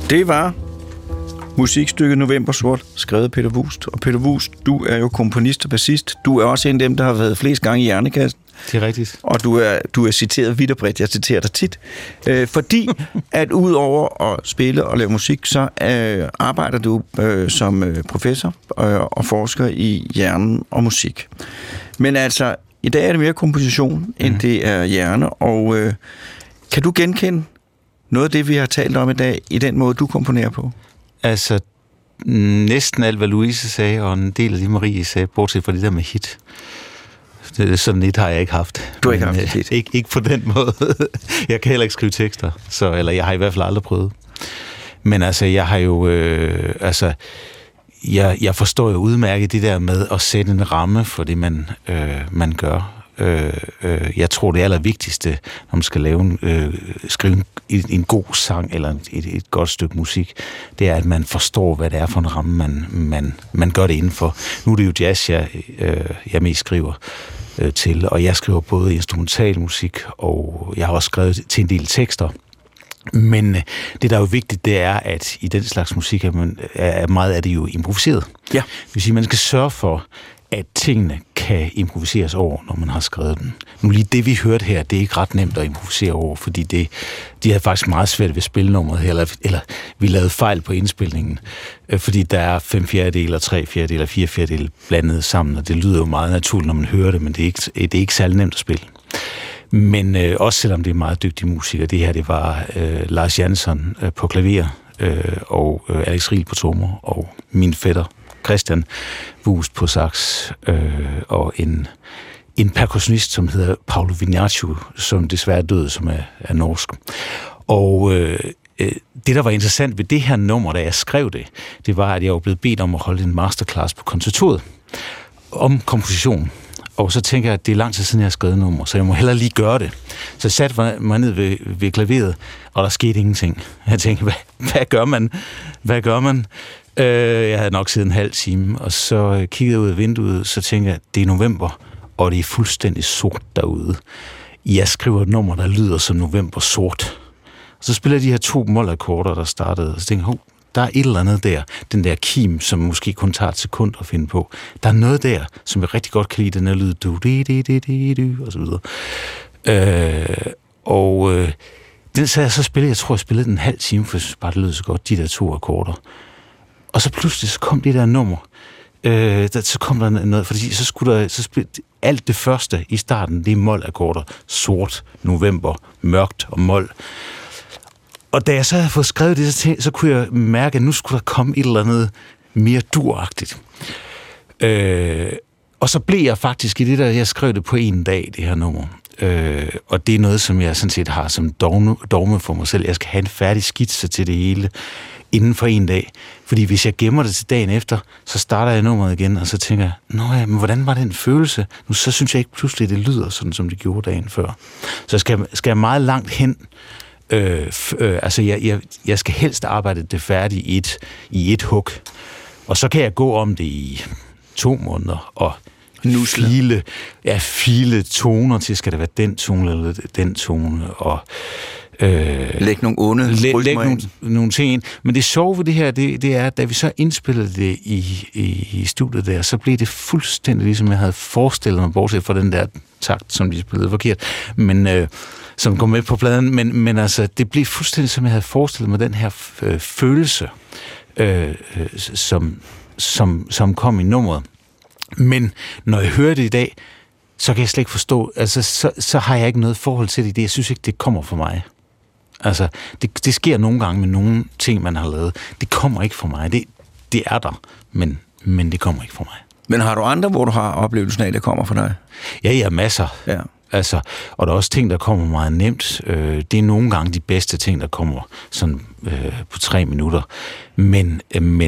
Det var musikstykket November Sort, skrevet af Peter Vuust. Og Peter Vuust, du er jo komponist og bassist. Du er også en af dem, der har været flest gange i Hjernekassen. Det er rigtigt. Og du er citeret vidt og bredt. Jeg citerer dig tit. Fordi at ud over at spille og lave musik, så arbejder du som professor og forsker i hjernen og musik. Men altså, i dag er det mere komposition, end det er hjerne. Og kan du genkende noget af det, vi har talt om i dag, i den måde, du komponerer på? Altså, næsten alt, hvad Louise sagde, og en del af det, Marie sagde, bortset fra det der med hit. Sådan et har jeg ikke haft. Du har ikke haft hit? Ikke på den måde. Jeg kan heller ikke skrive tekster, eller jeg har i hvert fald aldrig prøvet. Men altså, jeg har jo... Jeg forstår jo udmærket det der med at sætte en ramme for det, man gør. Jeg tror, det allervigtigste, når man skal skrive en god sang eller et godt stykke musik, det er, at man forstår, hvad det er for en ramme, man gør det indenfor. Nu er det jo jazz, jeg mest skriver til, og jeg skriver både instrumental musik, og jeg har også skrevet til en del tekster. Men det, der er jo vigtigt, det er, at i den slags musik er meget af det jo improviseret. Ja. Det vil sige, man skal sørge for, at tingene kan improviseres over, når man har skrevet den. Nu lige det, vi hørte her, det er ikke ret nemt at improvisere over, fordi de havde faktisk meget svært ved spilnummeret her, eller vi lavede fejl på indspilningen, fordi der er 5/4 og 3/4 og 4/4 blandet sammen, og det lyder jo meget naturligt, når man hører det, men det er ikke særlig nemt at spille. Men også selvom det er meget dygtige musikere, det her, det var Lars Jansson på klaver, og Alex Riel på trommer, og min fætter Christian Vuust på sax, og en percussionist, som hedder Paolo Vignaccio, som desværre døde, som er norsk. Og det, der var interessant ved det her nummer, da jeg skrev det var, at jeg var blevet bedt om at holde en masterclass på konservatoriet om komposition. Og så tænker jeg, at det er lang tid siden, jeg har skrevet nummer, så jeg må hellere lige gøre det. Så jeg satte mig ned ved klaveret, og der skete ingenting. Jeg tænkte, hvad gør man? Jeg havde nok siddet en halv time, og så kiggede jeg ud af vinduet, så tænkte jeg, det er november, og det er fuldstændig sort derude. Jeg skriver et nummer, der lyder som November Sort. Og så spiller jeg de her 2 mol-akkorder, der startede, og så tænkte jeg, der er et eller andet der, den der kim, som måske kun tager et sekund at finde på. Der er noget der, som jeg rigtig godt kan lide, den her lyd, du, og så videre. Den så jeg så spillede, jeg tror, jeg spillede den en halv time, for jeg synes bare, det lød så godt, de der 2 akkorder. Og så pludselig, så kom det der nummer. Så kom der noget, fordi så skulle alt det første i starten, det er mol-akkorder. Sort, november, mørkt og mol. Og da jeg så havde fået skrevet det, så kunne jeg mærke, at nu skulle der komme et eller andet mere duragtigt. Og så blev jeg faktisk i det der, jeg skrev det på en dag, det her nummer. Og det er noget, som jeg sådan set har som dogme for mig selv. Jeg skal have en færdig skitse til det hele inden for en dag. Fordi hvis jeg gemmer det til dagen efter, så starter jeg nummeret igen, og så tænker jeg, men hvordan var den følelse? Nu så synes jeg ikke pludselig, det lyder sådan, som det gjorde dagen før. Så skal jeg meget langt hen. Jeg skal helst arbejde det færdigt i et hug. Og så kan jeg gå om det i 2 måneder, og file toner til, skal det være den tone eller den tone, og læg nogle onde nogle ting ind. Men det sjove ved det her, det er, at da vi så indspillede det i studiet der, så blev det fuldstændig ligesom jeg havde forestillet mig, bortset fra den der takt, som de spillede forkert, men som kom med på pladen, men altså, det blev fuldstændig som jeg havde forestillet mig, den her følelse, som kom i nummeret. Men når jeg hører det i dag, så kan jeg slet ikke forstå, altså så har jeg ikke noget forhold til det. Jeg synes ikke, det kommer fra mig. Altså, det sker nogle gange med nogle ting, man har lavet. Det kommer ikke fra mig. Det er der, men det kommer ikke fra mig. Men har du andre, hvor du har oplevelsen af, at det kommer fra dig? Ja, masser. Ja. Altså, og der er også ting, der kommer meget nemt. Det er nogle gange de bedste ting, der kommer sådan på 3 minutter. Men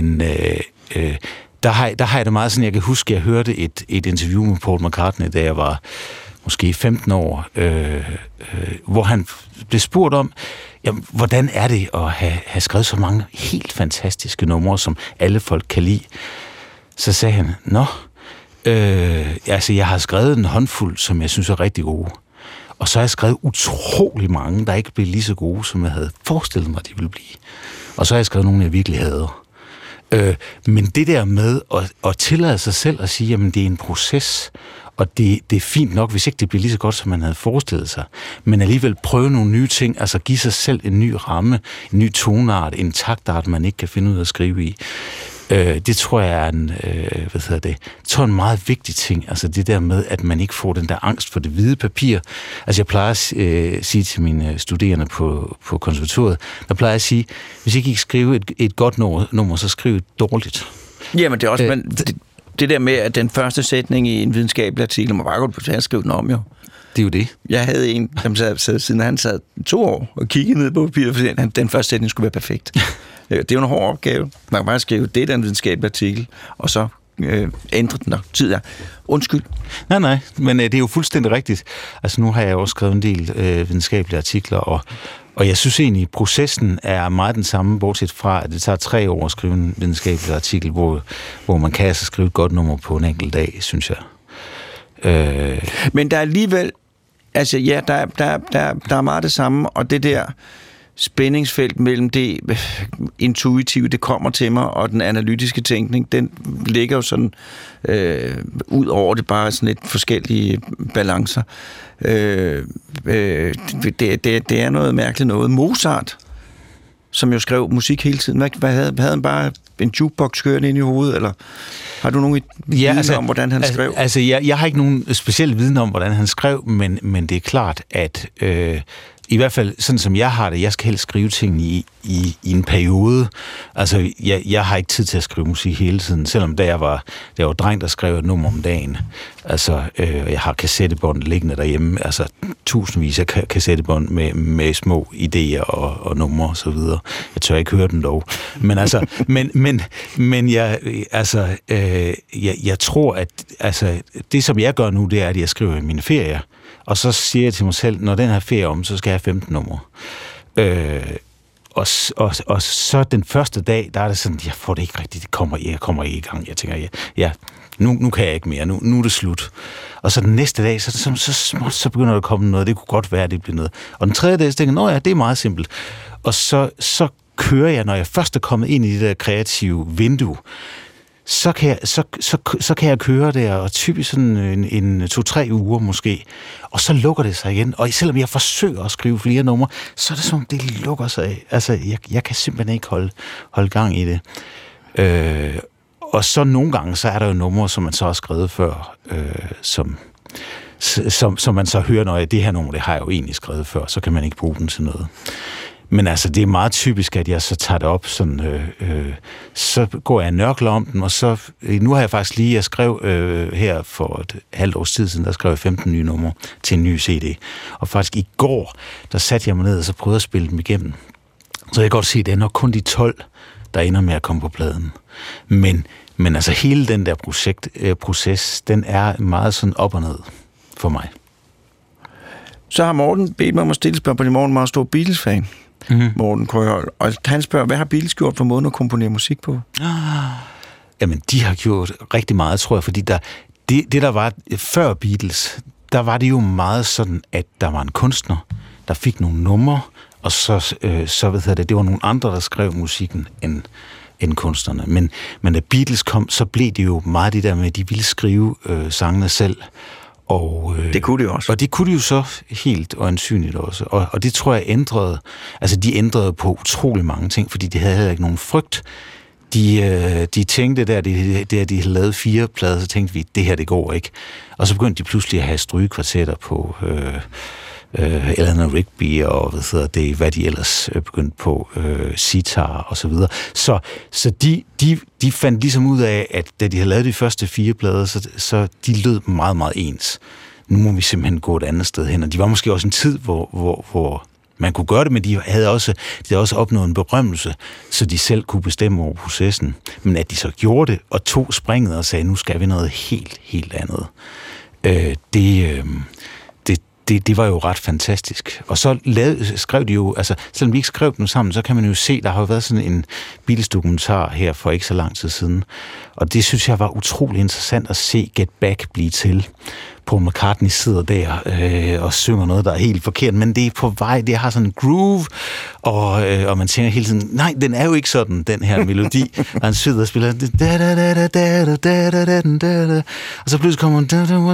der har jeg det meget sådan, jeg kan huske, jeg hørte et interview med Paul McCartney, da jeg var måske 15 år, hvor han blev spurgt om, jamen, hvordan er det at have skrevet så mange helt fantastiske numre, som alle folk kan lide. Så sagde han, jeg har skrevet en håndfuld, som jeg synes er rigtig gode. Og så har jeg skrevet utrolig mange, der ikke blev lige så gode, som jeg havde forestillet mig, de ville blive. Og så har jeg skrevet nogle, jeg virkelig hader. Men det der med at tillade sig selv at sige, jamen det er en proces, og det er fint nok, hvis ikke det bliver lige så godt, som man havde forestillet sig, men alligevel prøve nogle nye ting, altså give sig selv en ny ramme, en ny toneart, en taktart, man ikke kan finde ud af at skrive i. Det tror jeg er en meget vigtig ting, altså det der med, at man ikke får den der angst for det hvide papir. Altså jeg plejer at sige til mine studerende på konservatoriet, der plejer jeg at sige, hvis I ikke skrive et godt nummer, så skriv et dårligt. Jamen det er også, det der med, at den første sætning i en videnskabelig artikel, man bare godt på at skrive den om, jo. Det er jo det. Jeg havde en, som sad siden han sad 2 år og kiggede ned på papiret, fordi den første sætning skulle være perfekt. Det er jo en hård opgave. Man kan bare skrive, det er den videnskabelige artikel, og så ændre den, når tid er. Undskyld. Nej, men det er jo fuldstændig rigtigt. Altså nu har jeg også skrevet en del videnskabelige artikler, og jeg synes egentlig, at processen er meget den samme, bortset fra, at det tager 3 år at skrive en videnskabelig artikel, hvor man kan altså skrive et godt nummer på en enkelt dag, synes jeg. Men der er alligevel, altså ja, der er meget det samme, og det der spændingsfelt mellem det intuitive, det kommer til mig, og den analytiske tænkning, den ligger jo sådan ud over det, bare sådan lidt forskellige balancer. Det er noget mærkeligt noget. Mozart, som jo skrev musik hele tiden, havde han bare en jukebox kørende ind i hovedet, eller har du nogen viden om, hvordan han skrev? Altså, jeg har ikke nogen speciel viden om, hvordan han skrev, men det er klart, at i hvert fald, sådan som jeg har det, jeg skal helst skrive tingene i en periode. Altså, jeg har ikke tid til at skrive musik hele tiden, selvom da jeg var dreng, der skrev et nummer om dagen. Altså, jeg har kassettebånd liggende derhjemme, altså tusindvis af kassettebånd med små idéer og numre og så videre. Jeg tør ikke høre dem dog. Men altså, jeg tror, at altså, det som jeg gør nu, det er, at jeg skriver i mine ferier. Og så siger jeg til mig selv, når den her ferie om, så skal jeg have 15 numre. Og så den første dag, der er det sådan, jeg får det ikke rigtigt, jeg kommer ikke i gang. Jeg tænker, nu kan jeg ikke mere, nu er det slut. Og så den næste dag, så begynder der at komme noget, det kunne godt være, det bliver noget. Og den tredje dag, så tænker jeg, det er meget simpelt. Og så kører jeg, når jeg først er kommet ind i det der kreative vindue, så kan jeg køre der, og typisk sådan en 2-3 uger måske, og så lukker det sig igen. Og selvom jeg forsøger at skrive flere numre, så er det som, det lukker sig af. Altså, jeg kan simpelthen ikke holde gang i det. Og så nogle gange, så er der jo numre, som man så har skrevet før, som man så hører, når det her nummer, det har jeg jo egentlig skrevet før, så kan man ikke bruge den til noget. Men altså, det er meget typisk, at jeg så tager det op sådan, så går jeg og nørkler om den, og så, nu har jeg faktisk lige, jeg skrev her for et halvt års tid siden, der skrev jeg 15 nye numre til en ny CD. Og faktisk i går, der satte jeg mig ned og så prøvede at spille dem igennem. Så jeg kan godt se, at det er nok kun de 12, der ender med at komme på pladen. Men altså, hele den der proces, den er meget sådan op og ned for mig. Så har Morten bedt mig om at stille spørgsmål, fordi Morten er meget stor Beatles-fan. Mm-hmm. Morten Krøholt. Og han spørger, hvad har Beatles gjort for måden at komponere musik på? Jamen, de har gjort rigtig meget, tror jeg, fordi det der var før Beatles, der var det jo meget sådan, at der var en kunstner, der fik nogle numre, og så det var nogle andre, der skrev musikken end kunstnerne. Men da Beatles kom, så blev det jo meget det der med, at de ville skrive sangene selv. Og, det kunne de også. Og det kunne de jo så helt øjensynligt også. Og det tror jeg ændrede, altså de ændrede på utrolig mange ting, fordi de havde ikke nogen frygt. De tænkte der, de havde lavet 4 plader, så tænkte vi, det her, det går ikke. Og så begyndte de pludselig at have strygekvartetter på Eleanor Rigby og hvad de ellers begyndte på, sitar og så videre. Så de fandt ligesom ud af, at da de havde lavet de første 4 plader, så de lød meget, meget ens. Nu må vi simpelthen gå et andet sted hen. Og de var måske også en tid, hvor man kunne gøre det, men de havde også opnået en berømmelse, så de selv kunne bestemme over processen. Men at de så gjorde det, og tog springet og sagde, nu skal vi noget helt, helt andet. Det var jo ret fantastisk. Og så skrev de jo, altså selvom vi ikke skrev dem sammen, så kan man jo se, der har jo været sådan en Beatles-dokumentar her for ikke så lang tid siden. Og det synes jeg var utrolig interessant at se Get Back blive til Paul McCartney sidder der og synger noget, der er helt forkert, men det er på vej, det har sådan en groove, og man tænker hele tiden, nej, den er jo ikke sådan, den her melodi, og han sidder og spiller, og så pludselig kommer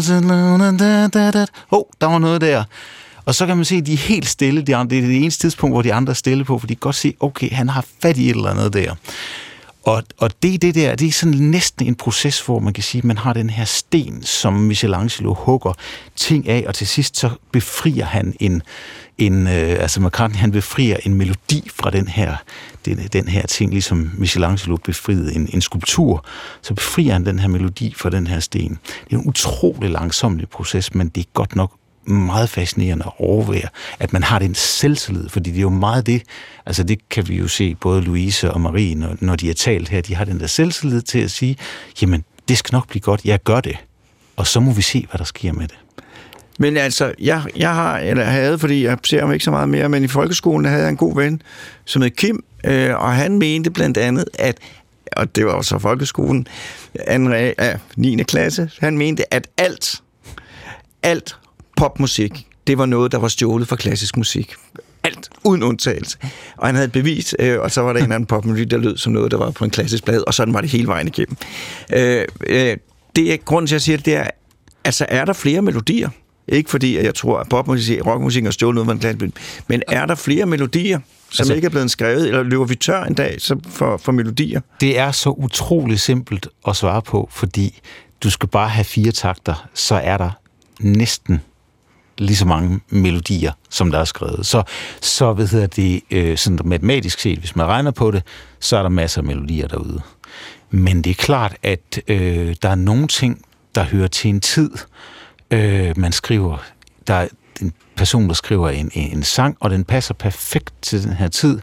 der var noget der. Og så kan man se, at de er helt stille. Det er det eneste tidspunkt, hvor de andre er stille på, for de kan godt se, okay, han har fat i et eller andet der. Og det er sådan næsten en proces, hvor man kan sige, at man har den her sten, som Michelangelo hugger ting af, og til sidst så befrier han altså McCartney, han befrier en melodi fra den her ting, ligesom Michelangelo befriede en skulptur, så befrier han den her melodi fra den her sten. Det er en utrolig langsomlig proces, men det er godt nok meget fascinerende at overvære, at man har den selvtillid, fordi det er jo meget det, altså det kan vi jo se, både Louise og Marie, når de har talt her, de har den der selvtillid til at sige, jamen, det skal nok blive godt, jeg gør det, og så må vi se, hvad der sker med det. Men altså, jeg havde, fordi jeg ser ham ikke så meget mere, men i folkeskolen havde jeg en god ven, som hed Kim, og han mente blandt andet, og det var også folkeskolen, 9. klasse, han mente, at alt popmusik, det var noget, der var stjålet fra klassisk musik. Alt, uden undtagelse. Og han havde et bevis, og så var der en anden popmusik, der lød som noget, der var på en klassisk plade, og sådan var det hele vejen igennem. Det er grunden til, at jeg siger det, er, altså er der flere melodier? Ikke fordi, at jeg tror, at popmusik, rockmusik har stjålet noget fra en klassisk plade, men er der flere melodier, som ikke er blevet skrevet, eller løber vi tør en dag for melodier? Det er så utroligt simpelt at svare på, fordi du skal bare have 4 takter, så er der næsten lige så mange melodier, som der er skrevet. Så sådan matematisk set, hvis man regner på det, så er der masser af melodier derude. Men det er klart, at der er nogle ting, der hører til en tid. Man skriver, der er en person, der skriver en sang, og den passer perfekt til den her tid.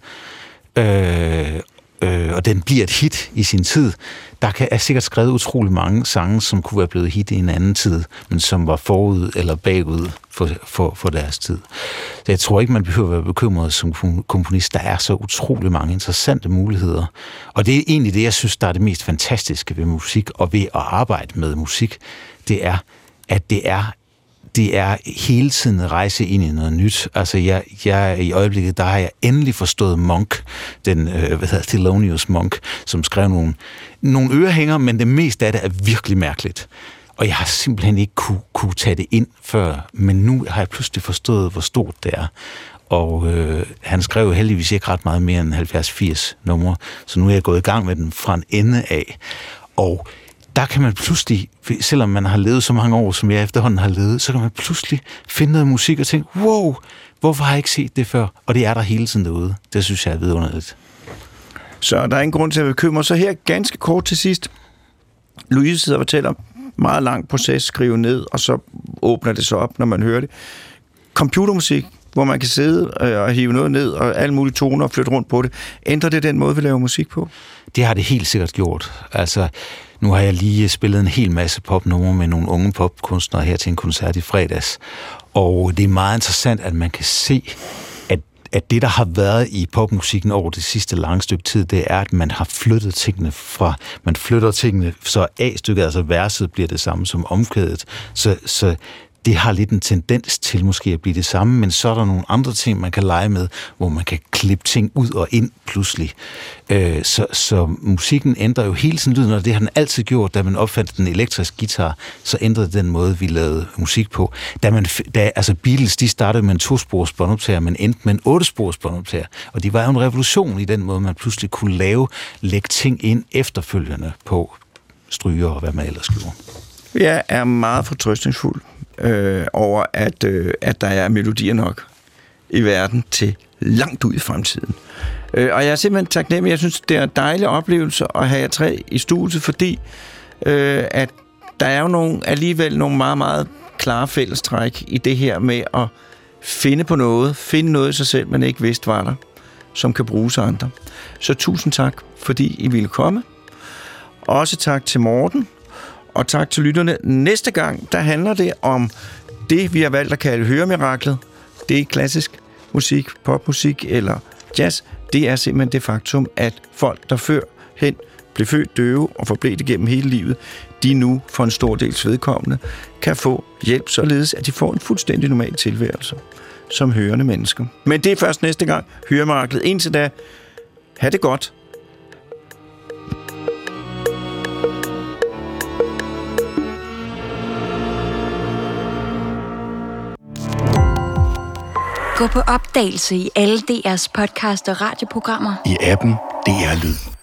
Og den bliver et hit i sin tid. Der er sikkert skrevet utrolig mange sange, som kunne være blevet hit i en anden tid, men som var forud eller bagud for deres tid. Så jeg tror ikke, man behøver at være bekymret som komponist. Der er så utrolig mange interessante muligheder. Og det er egentlig det, jeg synes, der er det mest fantastiske ved musik, og ved at arbejde med musik, det er, at det er hele tiden at rejse ind i noget nyt. Altså, jeg i øjeblikket, der har jeg endelig forstået Monk, den, Thelonious Monk, som skrev nogle ørehænger, men det meste af det er virkelig mærkeligt. Og jeg har simpelthen ikke kunne tage det ind før, men nu har jeg pludselig forstået, hvor stort det er. Og han skrev heldigvis ikke ret meget mere end 70-80 numre, så nu er jeg gået i gang med den fra en ende af. Og der kan man pludselig, selvom man har levet så mange år, som jeg efterhånden har levet, så kan man pludselig finde noget musik og tænke, wow, hvorfor har jeg ikke set det før? Og det er der hele tiden derude. Det synes jeg er vidunderligt. Så der er ingen grund til at bekymre. Så her ganske kort til sidst. Louise sidder og fortæller meget lang proces, skrive ned, og så åbner det sig op, når man hører det. Computermusik, hvor man kan sidde og hive noget ned, og alle mulige toner og flytte rundt på det. Ændrer det den måde, vi laver musik på? Det har det helt sikkert gjort. Altså, nu har jeg lige spillet en hel masse popnumre med nogle unge popkunstnere her til en koncert i fredags. Og det er meget interessant, at man kan se, at det, der har været i popmusikken over det sidste lange stykke tid, det er, at man har flyttet tingene man flytter tingene, så A-stykket, altså verset, bliver det samme som omkvædet. Så det har lidt en tendens til måske at blive det samme, men så er der nogle andre ting, man kan lege med, hvor man kan klippe ting ud og ind pludselig. Så musikken ændrer jo hele tiden lyden, og det har den altid gjort. Da man opfandt den elektriske guitar, så ændrede den måde, vi lavede musik på. Altså Beatles, de startede med en 2-spors båndoptager, men endte med en 8-spors båndoptager. Og det var jo en revolution i den måde, man pludselig kunne lægge ting ind efterfølgende på stryger og hvad man ellers gjorde. Jeg er meget fortrøstningsfuld over, at der er melodier nok i verden til langt ud i fremtiden. Og jeg er simpelthen taknemmelig. Jeg synes, det er en dejlig oplevelse at have jer 3 i studiet, fordi at der er jo alligevel nogle meget, meget klare fællestræk i det her med at finde noget i sig selv, man ikke vidste var der, som kan bruges af andre. Så tusind tak, fordi I ville komme. Også tak til Morten. Og tak til lytterne. Næste gang, der handler det om det, vi har valgt at kalde høremiraklet. Det er klassisk musik, popmusik eller jazz. Det er simpelthen det faktum, at folk, der førhen blev født døve og forblev det gennem hele livet, de nu for en stor dels vedkommende kan få hjælp, således at de får en fuldstændig normal tilværelse som hørende mennesker. Men det er først næste gang. Høremiraklet. Indtil da, ha' det godt. Gå på opdagelse i alle DR's podcast og radioprogrammer. I appen DR Lyd.